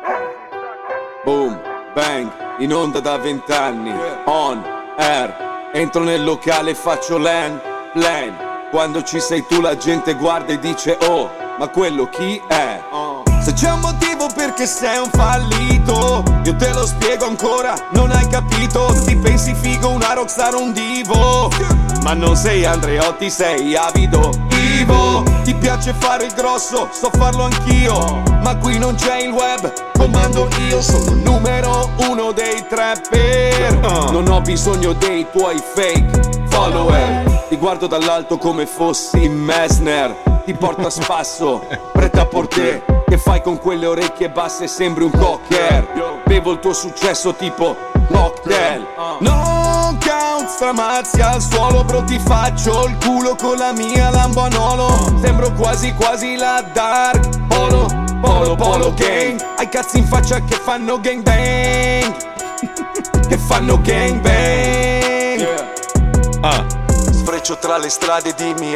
Boom, bang, in onda da 20 anni, on, air, entro nel locale e faccio plan. Quando ci sei tu la gente guarda e dice: oh, ma quello chi è? Se c'è un motivo perché sei un fallito, io te lo spiego ancora, non hai capito. Ti pensi figo, una rockstar, un divo, ma non sei Andreotti, sei avido. Ivo, ti piace fare il grosso, so farlo anch'io, ma qui non c'è il web, comando io, sono il numero 1 dei trapper. Non ho bisogno dei tuoi fake follower, ti guardo dall'alto come fossi Messner, ti porto a spasso, preta a porter, che fai con quelle orecchie basse, sembri un cocker. Bevo il tuo successo tipo cocktail. Knockout, stramazzi al suolo, bro, ti faccio il culo con la mia Lambanolo. Sembro quasi la Dark Polo gang. Hai cazzi in faccia che fanno gang bang. Che fanno gang bang. Sfreccio tra le strade, dimmi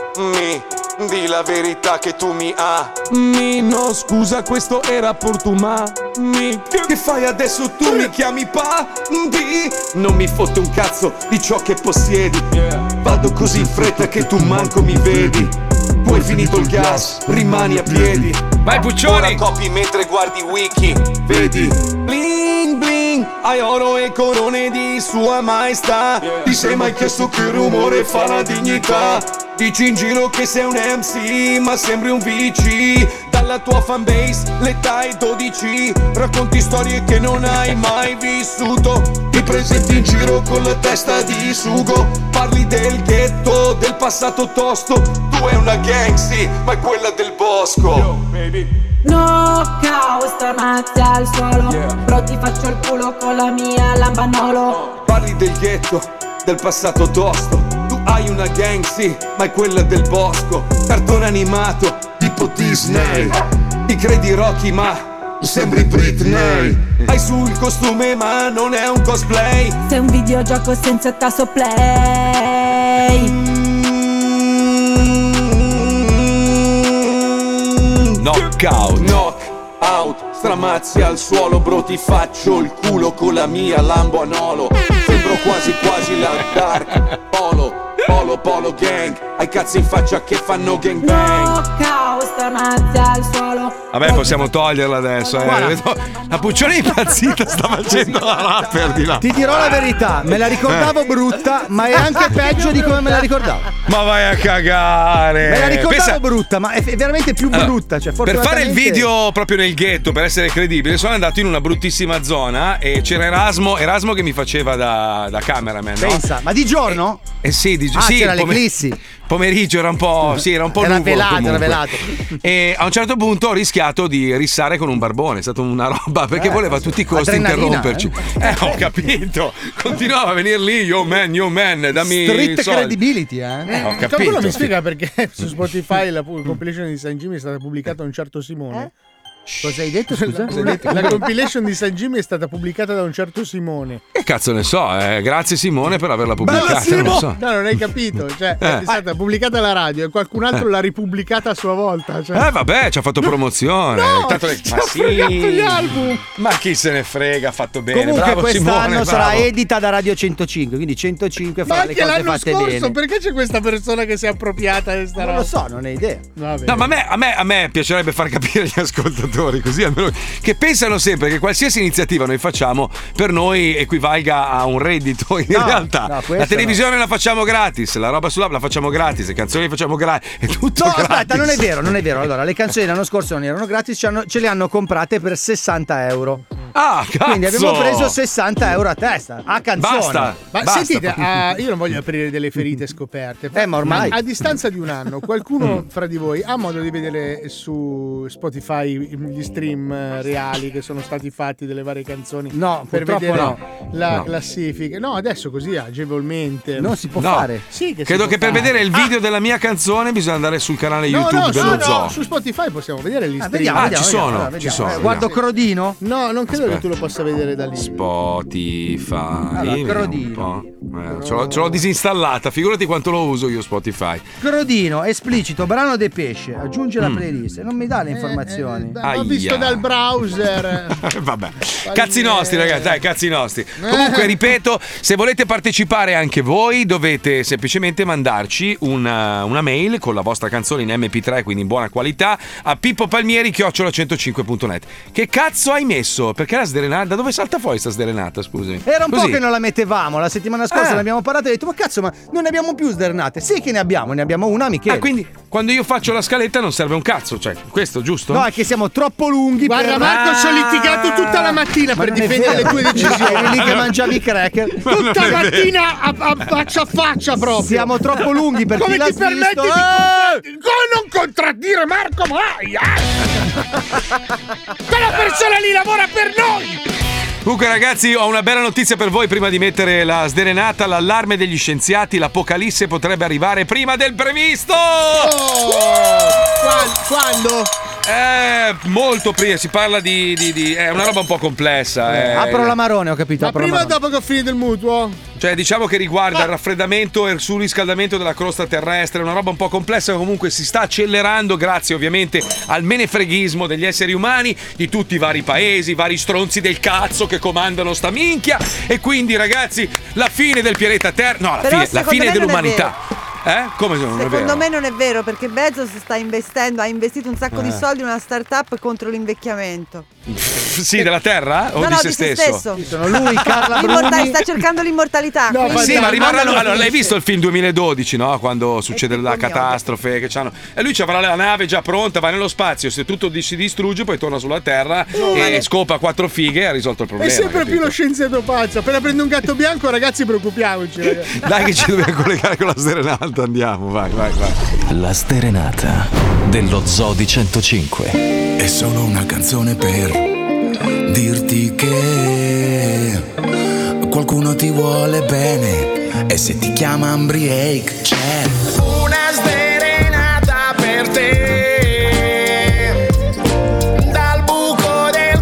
di la verità che tu mi ami. No, scusa, questo era portumami. Che fai adesso? Tu mi chiami Pandi? Non mi fotte un cazzo di ciò che possiedi. Vado così in fretta che tu manco mi vedi. Poi finito il gas, rimani a piedi. Vai Puccioni! Ora copi mentre guardi wiki, vedi? Bling bling, hai oro e corone di sua maestà. Ti sei mai chiesto che rumore fa la dignità? Dici in giro che sei un MC, ma sembri un VC. Dalla tua fanbase l'età è 12. Racconti storie che non hai mai vissuto. Ti presenti in giro con la testa di sugo. Parli del ghetto, del passato tosto. Tu è una gang, sì, ma è quella del bosco. Knockout, stramazzi al suolo, bro, ti faccio il culo con la mia Lambanolo. Parli del ghetto, del passato tosto. Tu hai una gang, sì, ma è quella del bosco. Cartone animato, tipo Disney. Ti credi Rocky, ma sembri Britney. Hai sul costume ma non è un cosplay. Sei un videogioco senza tasto play. Knockout. Knockout, stramazzi al suolo, bro, ti faccio il culo con la mia Lambo Anolo. Sembro quasi la Dark Polo gang. Hai cazzi in faccia che fanno gang bang. Knockout, stramazzi al suolo. Vabbè, possiamo toglierla adesso. La Puccione è impazzita, sta facendo la rapper di là. Ti dirò la verità, me la ricordavo brutta, ma è anche peggio di come me la ricordavo. Ma vai a cagare. Me la ricordavo brutta, ma è veramente più brutta. Cioè, per fare il video proprio nel ghetto, per essere credibile, sono andato in una bruttissima zona e c'era Erasmo che mi faceva da cameraman. Pensa, no? Ma di giorno? Sì, c'era l'eclissi. Pomeriggio era un po'. Sì, era un po' era nuvolo. Era velato. E a un certo punto ho rischiato di rissare con un barbone. È stata una roba perché voleva a tutti i costi interromperci. Ho capito. Continuava a venire lì, yo man, dammi street soldi. credibility, Ho capito. Qualcuno mi spiega perché su Spotify la compilation di San Jimmy è stata pubblicata da un certo Simone. Cosa hai detto, scusa? La compilation di San Jimmy è stata pubblicata da un certo Simone. Che cazzo ne so, grazie Simone per averla pubblicata. Non so. No, non hai capito. Cioè, è stata pubblicata alla radio e qualcun altro l'ha ripubblicata a sua volta. Cioè. Vabbè, ci ha fatto promozione. Ma sì. Gli album. Ma chi se ne frega, ha fatto bene. Comunque bravo quest'anno Simone, sarà bravo. edita da Radio 105, quindi 105 farà le cose l'anno fatte scorso, bene. perché c'è questa persona che si è appropriata di sta roba? Non lo so, non hai idea. No, ma a me piacerebbe far capire agli ascoltatori, così almeno che pensano sempre che qualsiasi iniziativa noi facciamo per noi equivalga a un reddito. In realtà la televisione la facciamo gratis, la roba sull'app la facciamo gratis, le canzoni le facciamo gratis, è tutto gratis. Aspetta, non è vero. Allora, le canzoni l'anno scorso non erano gratis, ce le hanno comprate per 60 euro. Ah, cazzo! Quindi abbiamo preso 60 euro a testa, a canzone. Basta. Sentite, io non voglio aprire delle ferite scoperte. Ma ormai a distanza di un anno, qualcuno fra di voi ha modo di vedere su Spotify gli stream reali che sono stati fatti delle varie canzoni? No, per vedere la No. classifica. No, adesso così agevolmente. non si può fare. Sì, Credo che per vedere il video della mia canzone bisogna andare sul canale YouTube dello Zoo. Su Spotify possiamo vedere gli stream. Vediamo, ci sono. Guardo Crodino? No, non credo che tu lo possa vedere da lì. Spotify. Allora, Crodino. Ce l'ho disinstallata, figurati quanto lo uso io Spotify. Crodino, esplicito, brano de pesce. Aggiunge la playlist. Non mi dà le informazioni. Ho visto dal browser. Vabbè, cazzi nostri ragazzi, dai, cazzi nostri. Comunque ripeto, se volete partecipare anche voi dovete semplicemente mandarci una mail con la vostra canzone in MP3, quindi in buona qualità, a pippopalmieri@105.net. Che cazzo hai messo? Perché la sderenata? Da dove salta fuori sta sderenata, scusami? Era un po' che non la mettevamo, la settimana scorsa ne abbiamo parlato e ho detto, ma cazzo, ma non ne abbiamo più sdernate? Sì che ne abbiamo una, Michele. Quindi quando io faccio la scaletta non serve un cazzo, cioè, questo giusto? No, è che siamo troppo lunghi. Guarda, Marco, ci ho litigato tutta la mattina per difendere le tue decisioni. Eri lì che mangiavi i cracker. Tutta la mattina a faccia a faccia proprio. Siamo troppo lunghi per come chi ti permetti di come non contraddire Marco mai? Quella persona lì lavora per noi. Comunque ragazzi, ho una bella notizia per voi prima di mettere la sderenata. L'allarme degli scienziati, l'apocalisse potrebbe arrivare prima del previsto. Quando? Molto prima, si parla di è una roba un po' complessa. Apro l'amarone, ho capito. Ma prima o dopo che ho finito il mutuo? Cioè diciamo che riguarda il raffreddamento e il surriscaldamento della crosta terrestre, è una roba un po' complessa che comunque si sta accelerando grazie ovviamente al menefreghismo degli esseri umani, di tutti i vari paesi, i vari stronzi del cazzo che comandano sta minchia, e quindi ragazzi la fine del pianeta Terra, no, la fine dell'umanità. Come non è vero? Secondo me non è vero, perché Bezos ha investito un sacco di soldi in una startup contro l'invecchiamento. Sì, della Terra? O No, di no, se di se stesso? stesso. Sono lui, Carla Bruni. Sta cercando l'immortalità. No, quindi- Sì, ma rimarranno. Allora, l'hai finisce. visto il film 2012, no? Quando succede la catastrofe che c'hanno. E lui avrà la nave già pronta, va nello spazio, se tutto si distrugge, poi torna sulla Terra e scopa 4 fighe e ha risolto il problema. È sempre più capito? lo scienziato pazzo. Appena prende un gatto bianco, ragazzi, preoccupiamoci. Ragazzi. Dai che ci dobbiamo collegare con la Sderenata, andiamo, vai. La Sderenata dello Zoo di 105. È solo una canzone per dirti che qualcuno ti vuole bene e se ti chiama Ambriake c'è una sderenata per te. Dal buco del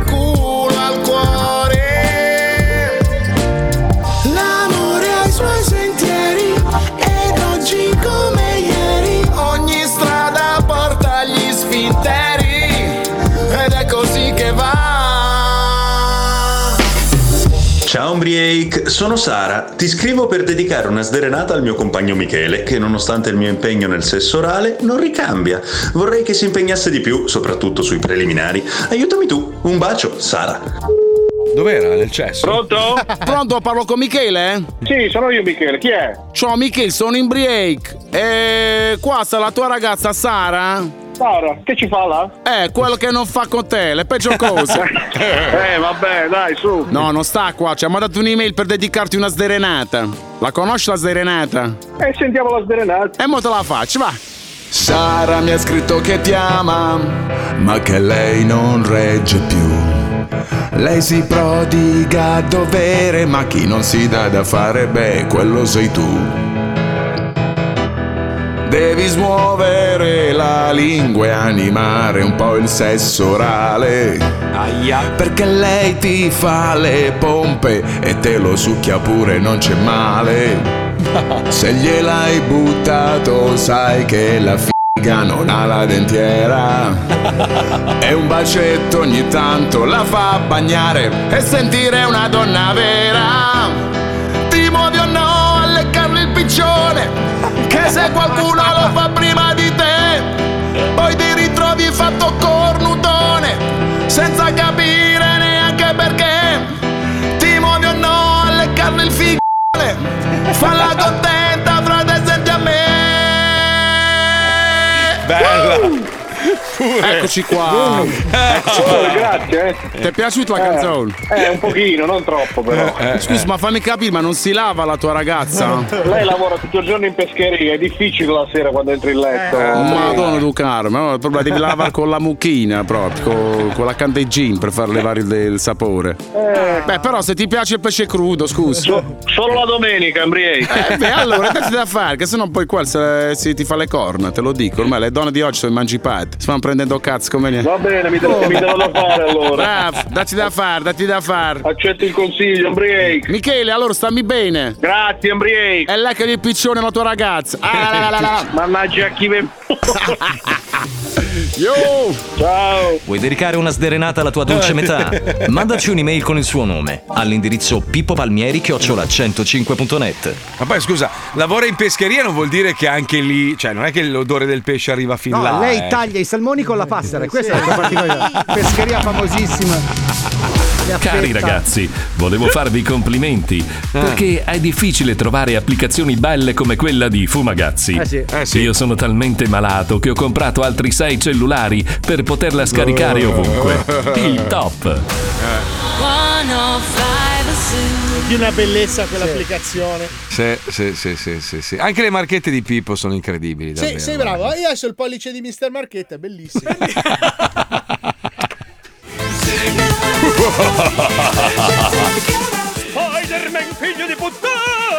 Ciao Umbriake, sono Sara. Ti scrivo per dedicare una sdrenata al mio compagno Michele, che nonostante il mio impegno nel sesso orale non ricambia. Vorrei che si impegnasse di più, soprattutto sui preliminari. Aiutami tu. Un bacio, Sara. Dov'era? Nel cesso? Pronto? Pronto, parlo con Michele? Sì, sono io Michele, chi è? Ciao Michele, sono Umbriake. Qua sta la tua ragazza Sara? Sara, che ci fa là? Quello che non fa con te, le peggio cose. Vabbè, dai, su. No, non sta qua, ci ha mandato un'email per dedicarti una sdrenata. La conosci la sdrenata? Sentiamo la sdrenata. E mo te la faccio, va. Sara mi ha scritto che ti ama, ma che lei non regge più. Lei si prodiga a dovere, ma chi non si dà da fare, beh, quello sei tu. Devi smuovere la lingua e animare un po' il sesso orale. Perché lei ti fa le pompe e te lo succhia pure, non c'è male. Se gliel'hai buttato sai che la figa non ha la dentiera. E un bacetto ogni tanto la fa bagnare e sentire una donna vera. Ti muovi o no a leccarle il piccione, che se qualcuno lo fa prima di te, poi ti ritrovi fatto cornutone, senza capire neanche perché. Ti muovi o no a leccarle il figone, falla contenta, frate, senti a me. Bella. Eccoci qua. Grazie. Ti è piaciuta la canzone? Un pochino, non troppo però. Scusa, ma fammi capire, ma non si lava la tua ragazza? Lei lavora tutto il giorno in pescheria, è difficile la sera quando entri in letto. Madonna tu caro, ma proprio devi lavare con la mucchina proprio, con la candeggina per far levare il sapore. Beh, però se ti piace il pesce crudo, scusa. Solo la domenica, Umbriake. Allora datti da fare, che sennò poi qua si ti fa le corna, te lo dico. Ormai le donne di oggi sono emancipate, si fanno prendendo cazzo come niente. Va bene, mi devo da fare allora. Bravo, datti da fare. Accetto il consiglio, Umbriake. Michele, allora stammi bene. Grazie, Umbriake. E lei che il piccione la tua ragazza. Mannaggia chi ve. Yo! Ciao! Vuoi dedicare una sdrenata alla tua dolce metà? Mandaci un'email con il suo nome all'indirizzo pippopalmieri@105.net. Ma poi scusa, lavora in pescheria non vuol dire che anche lì, cioè non è che l'odore del pesce arriva fin là. Lei taglia i salmoni con la passera, questa è la particolarità. Pescheria famosissima. Cari ragazzi, volevo farvi i complimenti perché è difficile trovare applicazioni belle come quella di Fumagazzi. Sì. Io sono talmente malato che ho comprato altri 6 cellulari per poterla scaricare ovunque. Il top. Di una bellezza quell'applicazione. Sì. Anche le marchette di Pippo sono incredibili. Davvero. Sei bravo. Io adesso il pollice di Mr. Marchetta è bellissimo. Spider-Man, figlio di puttana!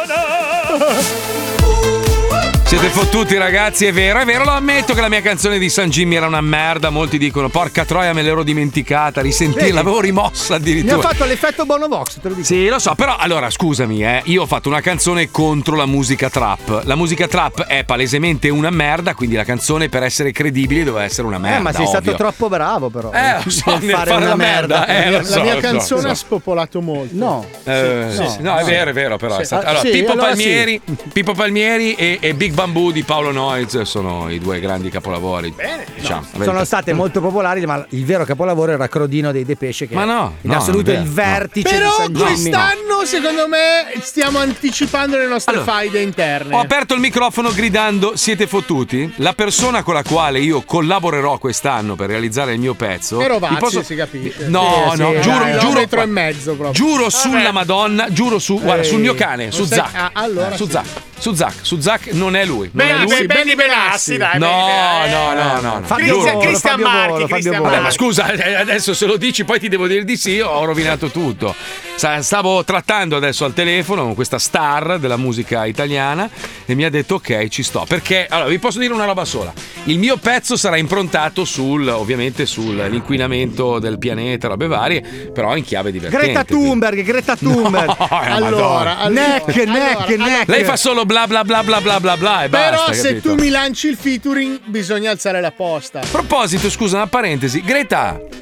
Siete fottuti ragazzi, è vero, lo ammetto che la mia canzone di San Jimmy era una merda, molti dicono porca troia me l'ero dimenticata, risentirla, l'avevo rimossa addirittura. Mi ha fatto l'effetto Bonovox, te lo dico. Sì, lo so, però allora scusami, io ho fatto una canzone contro la musica trap. La musica trap è palesemente una merda, quindi la canzone per essere credibile doveva essere una merda. Ma sei ovvio. stato troppo bravo però. Lo so, nel fare una merda. La mia canzone ha spopolato molto. No. No, è vero, però è stato. Allora, Pippo Palmieri e Big Bamboo di Paolo Noyes sono i due grandi capolavori. Bene. Diciamo, Sono state molto popolari, ma il vero capolavoro era Crodino dei Pesce, che ma no, in assoluto non è il vero, vertice Però di San Jimmy. quest'anno secondo me stiamo anticipando le nostre faide interne. Ho aperto il microfono gridando siete fottuti? La persona con la quale io collaborerò quest'anno per realizzare il mio pezzo Rovazzi, si capisce. No, giuro metro e mezzo proprio. Giuro sulla Madonna, giuro guarda, sul mio cane, su Zac. Allora su Zac non è lui. Benny Benassi, dai. No. Cristian Marchi. Vabbè, ma scusa, adesso se lo dici poi ti devo dire di sì, ho rovinato tutto. Stavo trattando adesso al telefono con questa star della musica italiana e mi ha detto ok, ci sto. Perché, allora, vi posso dire una roba sola. Il mio pezzo sarà improntato ovviamente sull'inquinamento del pianeta, robe varie, però in chiave divertente. Greta Thunberg. No, allora. Neck. Lei fa solo bla bla bla bla bla bla bla e però basta, se capito? tu mi lanci il featuring bisogna alzare la posta. A proposito, scusa, una parentesi, Greta,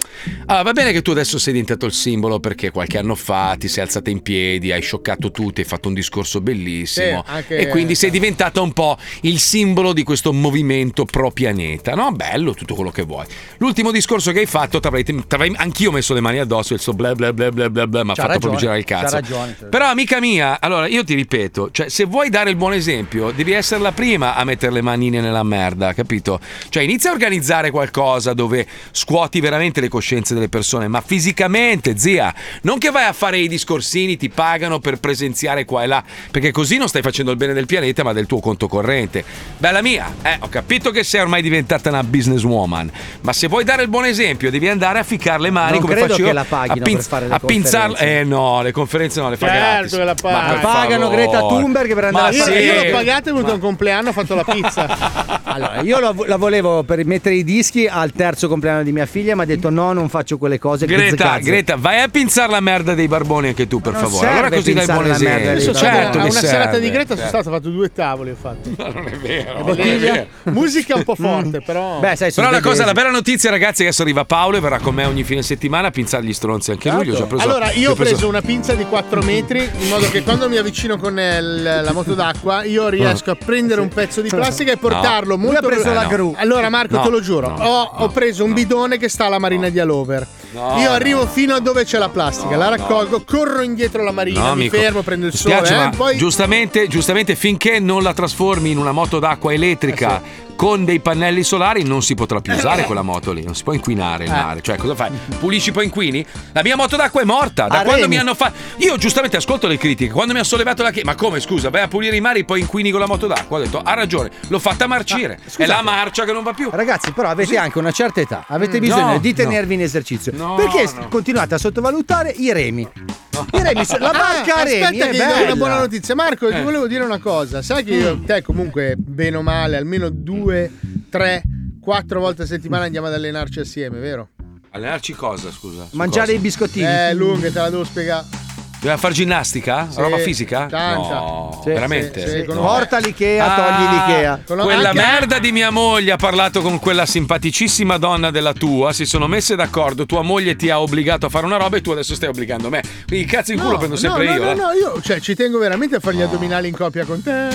Allora, va bene che tu adesso sei diventato il simbolo perché qualche anno fa ti sei alzata in piedi, hai scioccato tutti, hai fatto un discorso bellissimo e quindi sei diventato un po' il simbolo di questo movimento pro pianeta, no? Bello, tutto quello che vuoi. L'ultimo discorso che hai fatto, t'avrei anch'io messo le mani addosso e il suo bla bla bla bla bla bla, mi ha fatto proprio girare il cazzo. C'ha ragione. Però amica mia, allora io ti ripeto, cioè se vuoi dare il buon esempio devi essere la prima a mettere le manine nella merda, capito? Cioè inizia a organizzare qualcosa dove scuoti veramente le coscienze delle persone, ma fisicamente, zia, non che vai a fare i discorsini, ti pagano per presenziare qua e là, perché così non stai facendo il bene del pianeta ma del tuo conto corrente. Bella mia, ho capito che sei ormai diventata una businesswoman, ma se vuoi dare il buon esempio devi andare a ficcare le mani, non come credo faccio io, che la paghino per fare le conferenze. No, le conferenze no, le fa gratis. Certo che la pagano. Ma pagano Greta Thunberg per andare a fare. Io l'ho pagata e venuto un compleanno, ho fatto la pizza. Allora, io la volevo per mettere i dischi al terzo compleanno di mia figlia, ma ha detto no, non faccio quelle cose. Greta, vai a pinzare la merda dei barboni anche tu, per favore. Allora così dai buon esempio. Certo, a una serata di Greta sono stato, ho fatto 2 tavoli, ho fatto. No, non è vero. Musica un po' forte, però. Beh, sai, però la bella notizia, ragazzi, è che adesso arriva Paolo e verrà con me ogni fine settimana a pinzare gli stronzi anche lui. Allora, io ho preso una pinza di 4 metri, in modo che quando mi avvicino con la moto d'acqua io riesco a prendere un pezzo di plastica e portarlo molto. Lui ha preso la gru. Allora Marco, te lo giuro, ho preso un bidone che sta alla marina di Allover. Io arrivo fino a dove c'è la plastica, la raccolgo, corro indietro alla marina, mi fermo, prendo il sole, ma poi giustamente finché non la trasformi in una moto d'acqua elettrica con dei pannelli solari non si potrà più usare quella moto lì, non si può inquinare il mare. Cioè, cosa fai? Pulisci poi inquini? La mia moto d'acqua è morta da quando mi hanno fatto. Io giustamente ascolto le critiche. Quando mi ha sollevato la chiesa, ma come scusa, vai a pulire i mari poi inquini con la moto d'acqua? Ho detto, ha ragione, l'ho fatta marcire. È la marcia che non va più. Ragazzi, però avete anche una certa età, avete bisogno di tenervi in esercizio. Perché continuate a sottovalutare i remi? I remi, la barca a remi. Aspetta, è che bella. ti do una buona notizia. Marco, ti volevo dire una cosa. Sai che io e te comunque, bene o male, almeno 2, 3, 4 volte a settimana andiamo ad allenarci assieme, vero? Allenarci cosa, scusa? Mangiare i biscottini. Lunga, te la devo spiegare. Doveva fare ginnastica? Sì, Roba fisica? tanta. No, Sì, veramente? sì, Porta l'Ikea, togli l'Ikea. Quella merda di mia moglie ha parlato con quella simpaticissima donna della tua, si sono messe d'accordo, tua moglie ti ha obbligato a fare una roba e tu adesso stai obbligando me. Quindi cazzo in culo prendo sempre io. No, io ci tengo veramente a fare gli addominali in coppia con te.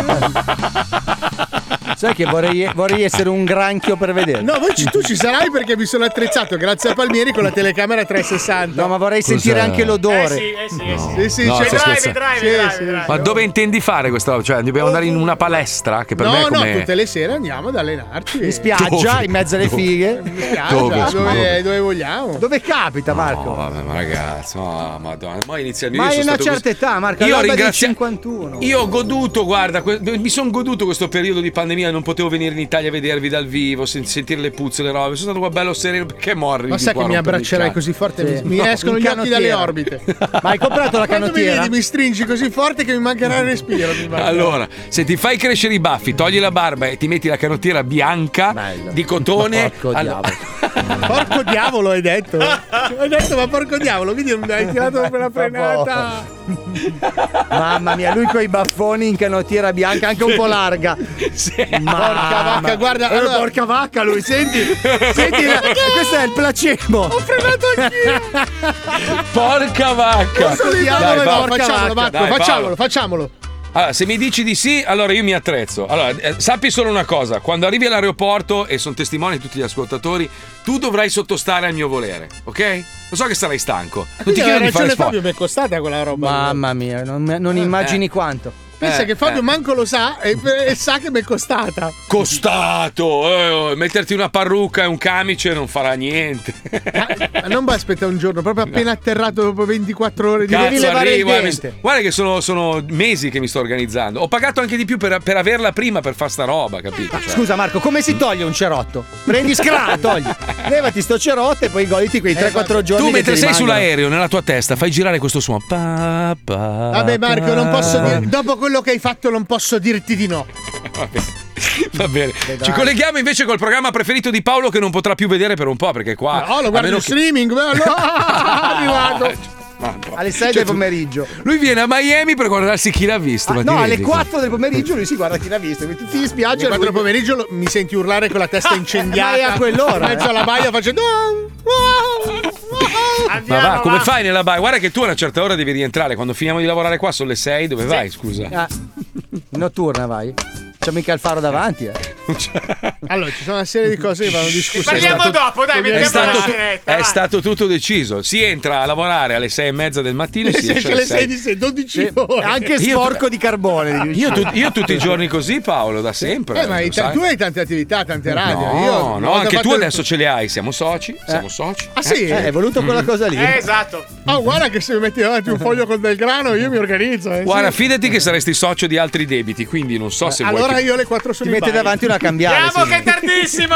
Sai che vorrei essere un granchio per vedere. No, tu ci sarai perché mi sono attrezzato grazie a Palmieri con la telecamera 360. No, ma vorrei sentire anche l'odore. Sì, No, vedrai. Ma dove intendi fare questa roba? Cioè, dobbiamo andare in una palestra che per me è come... No, tutte le sere andiamo ad allenarci. In spiaggia, in mezzo alle fighe. In spiaggia, dove vogliamo. Dove capita, Marco? No, vabbè, ma ragazzi, no, madonna. Ma hai una certa età, Marco. Io ringrazio 51. Io ho goduto, guarda, mi sono goduto questo periodo di pandemia, non potevo venire in Italia a vedervi dal vivo, sentire le puzze, le robe. Sono stato qua bello sereno perché morri. Ma sai che mi abbraccerai così forte? Mi escono gli occhi dalle orbite. Ma hai comprato la canottiera? Mi vedi, mi stringi così forte che mi mancherà il respiro. Allora, se ti fai crescere i baffi, togli la barba e ti metti la canottiera bianca di cotone. Porco diavolo. Porco diavolo hai detto? Hai detto ma porco diavolo, quindi non hai tirato per la frenata. Mamma mia, lui con i baffoni in canottiera bianca, anche un po' larga. Porca vacca, guarda. Allora, porca vacca lui, senti, questo è il placebo. Ho frenato anch'io. Porca vacca. Facciamolo. Allora, se mi dici di sì, allora io mi attrezzo. Allora, sappi solo una cosa: quando arrivi all'aeroporto, e sono testimoni tutti gli ascoltatori, tu dovrai sottostare al mio volere, ok? Lo so che sarai stanco. Non ti chiedo di fare sport. Fabio, mi è costata quella roba. Mamma mia, non immagini quanto. Pensa che Fabio manco lo sa e sa che mi è costata. Costato! Metterti una parrucca e un camice non farà niente. Ma non va aspettare un giorno, proprio appena atterrato dopo 24 ore di Cazzo, arrivo. Guarda che sono mesi che mi sto organizzando. Ho pagato anche di più per averla prima per fare sta roba, capito? Cioè. Scusa Marco, come si toglie un cerotto? Prendi togli. Levati sto cerotto e poi goditi quei 3-4 giorni. Tu mentre sei sull'aereo, nella tua testa, fai girare questo suono. Vabbè Marco, non posso dire. Dopo quello che hai fatto non posso dirti di no. Va bene. Ci colleghiamo invece col programma preferito di Paolo che non potrà più vedere per un po' perché qua... No, lo guardo in streaming, arrivato. Alle 6 del pomeriggio. Lui viene a Miami per guardarsi Chi l'ha visto. No, alle 4 del pomeriggio lui si guarda Chi l'ha visto. Quindi ti dispiace. Alle 4 del pomeriggio mi senti urlare con la testa incendiata. Ma è a quell'ora. In mezzo alla baia facendo. Ma va, come fai nella baia? Guarda che tu a una certa ora devi rientrare. Quando finiamo di lavorare qua sono le 6. Dove vai, scusa? Notturna vai. C'è mica il faro davanti, Allora, ci sono una serie di cose che vanno discusse. Parliamo dopo, dai, mettiamo la scenetta. È stato tutto deciso. Si entra a lavorare alle 6:30 del mattino e si esce alle 6 di sera, 12 ore. Anche sporco di carbone. Io tutti i giorni così, Paolo, da sempre. Ma tu hai tante attività, tante radio. No, anche tu adesso ce le hai. Siamo soci. Ah sì? È voluto quella cosa lì. Esatto. Guarda che se mi metti davanti un foglio con del grano io mi organizzo. Guarda, fidati che saresti socio di altri debiti, quindi non so se vuoi. Allora io alle 4 sono ti mette davanti una cambiale. Andiamo che è tardissimo.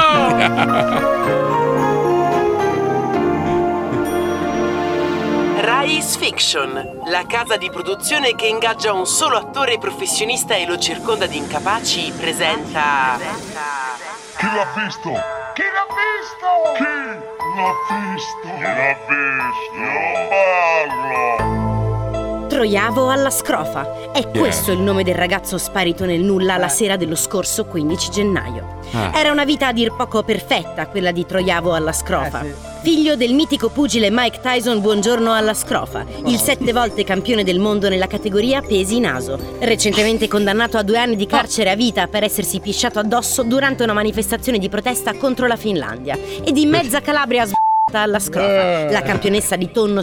Rise Fiction, la casa di produzione che ingaggia un solo attore professionista e lo circonda di incapaci, presenta... Chi l'ha visto? Chi l'ha visto? Chi l'ha visto? Chi l'ha visto? Io parlo. Troiavo alla scrofa. È questo il nome del ragazzo sparito nel nulla la sera dello scorso 15 gennaio. Era una vita a dir poco perfetta, quella di Troiavo alla scrofa. Figlio del mitico pugile Mike Tyson Buongiorno alla scrofa, il 7 volte campione del mondo nella categoria pesi naso. Recentemente condannato a 2 anni di carcere a vita per essersi pisciato addosso durante una manifestazione di protesta contro la Finlandia. Ed in mezza Calabria alla scrofa, la campionessa di tonno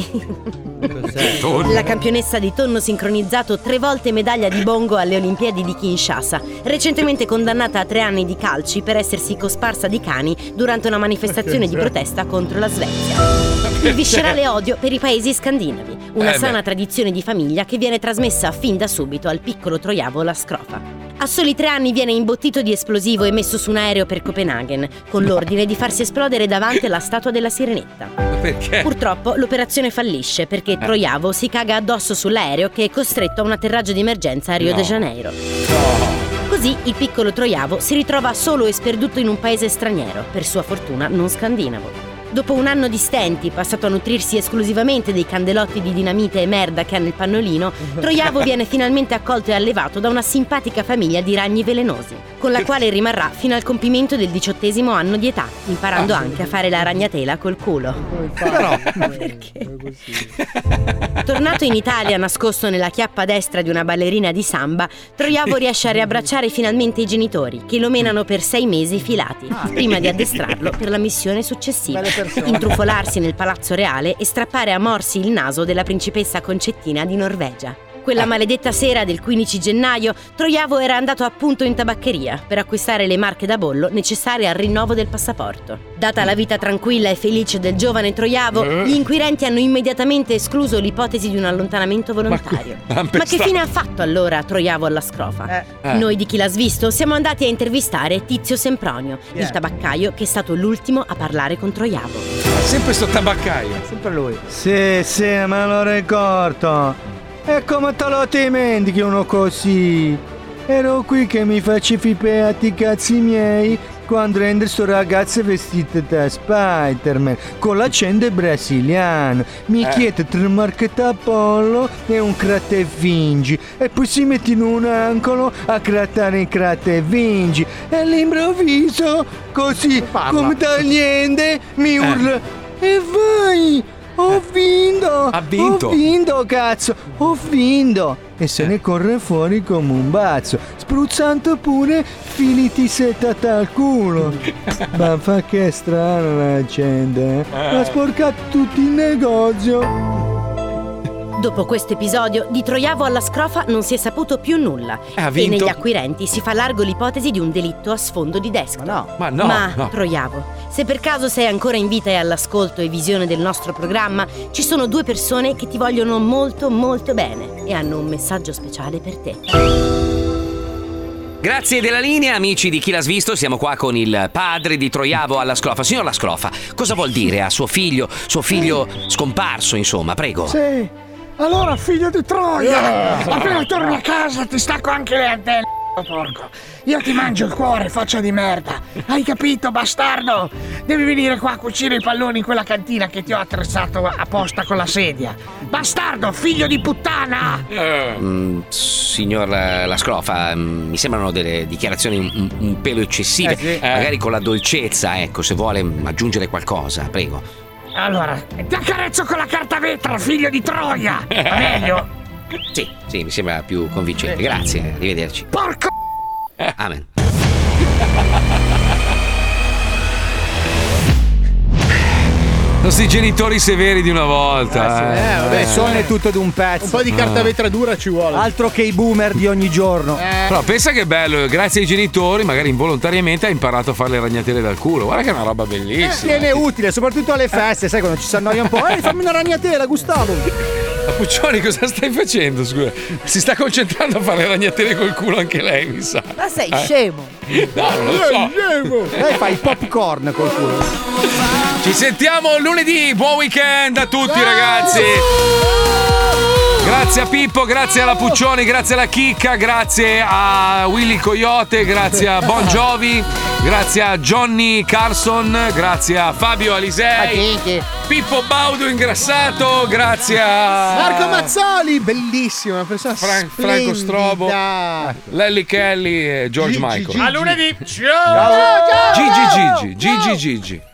La campionessa di tonno sincronizzato 3 volte medaglia di bongo alle Olimpiadi di Kinshasa, recentemente condannata a 3 anni di calci per essersi cosparsa di cani durante una manifestazione di protesta contro la Svezia. Il viscerale odio per i paesi scandinavi, una sana tradizione di famiglia che viene trasmessa fin da subito al piccolo Troiavo la scrofa. A soli 3 anni viene imbottito di esplosivo e messo su un aereo per Copenaghen, con l'ordine di farsi esplodere davanti alla statua della Sirenetta. Perché? Purtroppo l'operazione fallisce perché Troiavo si caga addosso sull'aereo che è costretto a un atterraggio di emergenza a Rio de Janeiro. Così il piccolo Troiavo si ritrova solo e sperduto in un paese straniero, per sua fortuna non scandinavo. Dopo un anno di stenti, passato a nutrirsi esclusivamente dei candelotti di dinamite e merda che ha nel pannolino, Troiavo viene finalmente accolto e allevato da una simpatica famiglia di ragni velenosi, con la quale rimarrà fino al compimento del 18° anno di età, imparando anche a fare la ragnatela col culo. Però, perché? Tornato in Italia, nascosto nella chiappa destra di una ballerina di samba, Troiavo riesce a riabbracciare finalmente i genitori, che lo menano per 6 mesi filati, prima di addestrarlo per la missione successiva. Intrufolarsi nel palazzo reale e strappare a morsi il naso della principessa Concettina di Norvegia. Quella maledetta sera del 15 gennaio, Troiavo era andato appunto in tabaccheria per acquistare le marche da bollo necessarie al rinnovo del passaporto. Data la vita tranquilla e felice del giovane Troiavo, gli inquirenti hanno immediatamente escluso l'ipotesi di un allontanamento volontario. Ma che fine ha fatto allora Troiavo alla scrofa? Noi di Chi l'ha visto siamo andati a intervistare Tizio Sempronio, il tabaccaio che è stato l'ultimo a parlare con Troiavo. Sempre sto tabaccaio. Sempre lui. Sì, me lo ricordo. E come te lo dimentichi uno così? Ero qui che mi facevi peati cazzi miei quando rende sto ragazzo vestito da Spider-Man con l'accento brasiliano. Mi chiede 3 marchette a pollo e un cratte e vinci e poi si mette in un angolo a grattare in cratte e vinci e all'improvviso così come da niente mi urla e vai! Ho vinto! Ha vinto! Ho vinto, cazzo! Ho vinto! E se ne corre fuori come un bazzo, spruzzando pure fili di setata al culo. Ma fa che strana la gente, ha sporcato tutto il negozio. Dopo questo episodio, di Troiavo alla scrofa non si è saputo più nulla e negli acquirenti si fa largo l'ipotesi di un delitto a sfondo di desktop. Ma Troiavo, se per caso sei ancora in vita e all'ascolto e visione del nostro programma, ci sono 2 persone che ti vogliono molto molto bene e hanno un messaggio speciale per te. Grazie della linea, amici di Chi l'ha visto, siamo qua con il padre di Troiavo alla scrofa. Signor La Scrofa, cosa vuol dire a suo figlio scomparso, insomma, prego? Sì. Allora, figlio di Troia, appena torni a casa ti stacco anche le antenne. porco. Io ti mangio il cuore, faccia di merda. Hai capito, bastardo? Devi venire qua a cucire i palloni in quella cantina che ti ho attrezzato apposta con la sedia. Bastardo, figlio di puttana! Signor La Scrofa, mi sembrano delle dichiarazioni un pelo eccessive. Sì. Magari con la dolcezza, ecco, se vuole aggiungere qualcosa, prego. Allora, ti accarezzo con la carta vetra, figlio di Troia! Va meglio? Sì, mi sembra più convincente. Grazie, arrivederci. Porco! Amen. Questi genitori severi di una volta. Vabbè, Sony è tutto d'un pezzo. Un po' di carta vetra dura ci vuole. Altro che i boomer di ogni giorno. Però pensa che bello, grazie ai genitori, magari involontariamente ha imparato a fare le ragnatele dal culo. Guarda che è una roba bellissima. Viene utile, soprattutto alle feste, sai, quando ci si annoia un po'. Fammi una ragnatela, Gustavo. Ma Puccioni, cosa stai facendo? Scusa, si sta concentrando a fare le ragnatele col culo anche lei, mi sa. Ma sei scemo? No, non lo so. Lei fa i popcorn col culo. Ci sentiamo lunedì, buon weekend a tutti ragazzi. Grazie a Pippo, grazie alla Puccioni, grazie alla Chicca, grazie a Willy Coyote, grazie a Bon Jovi, grazie a Johnny Carson, grazie a Fabio Alisei, Pippo Baudo ingrassato, grazie a Marco Mazzoli, bellissimo, una persona Franco Strobo, Lelly Kelly e George Michael. A lunedì. Ciao. Gigi.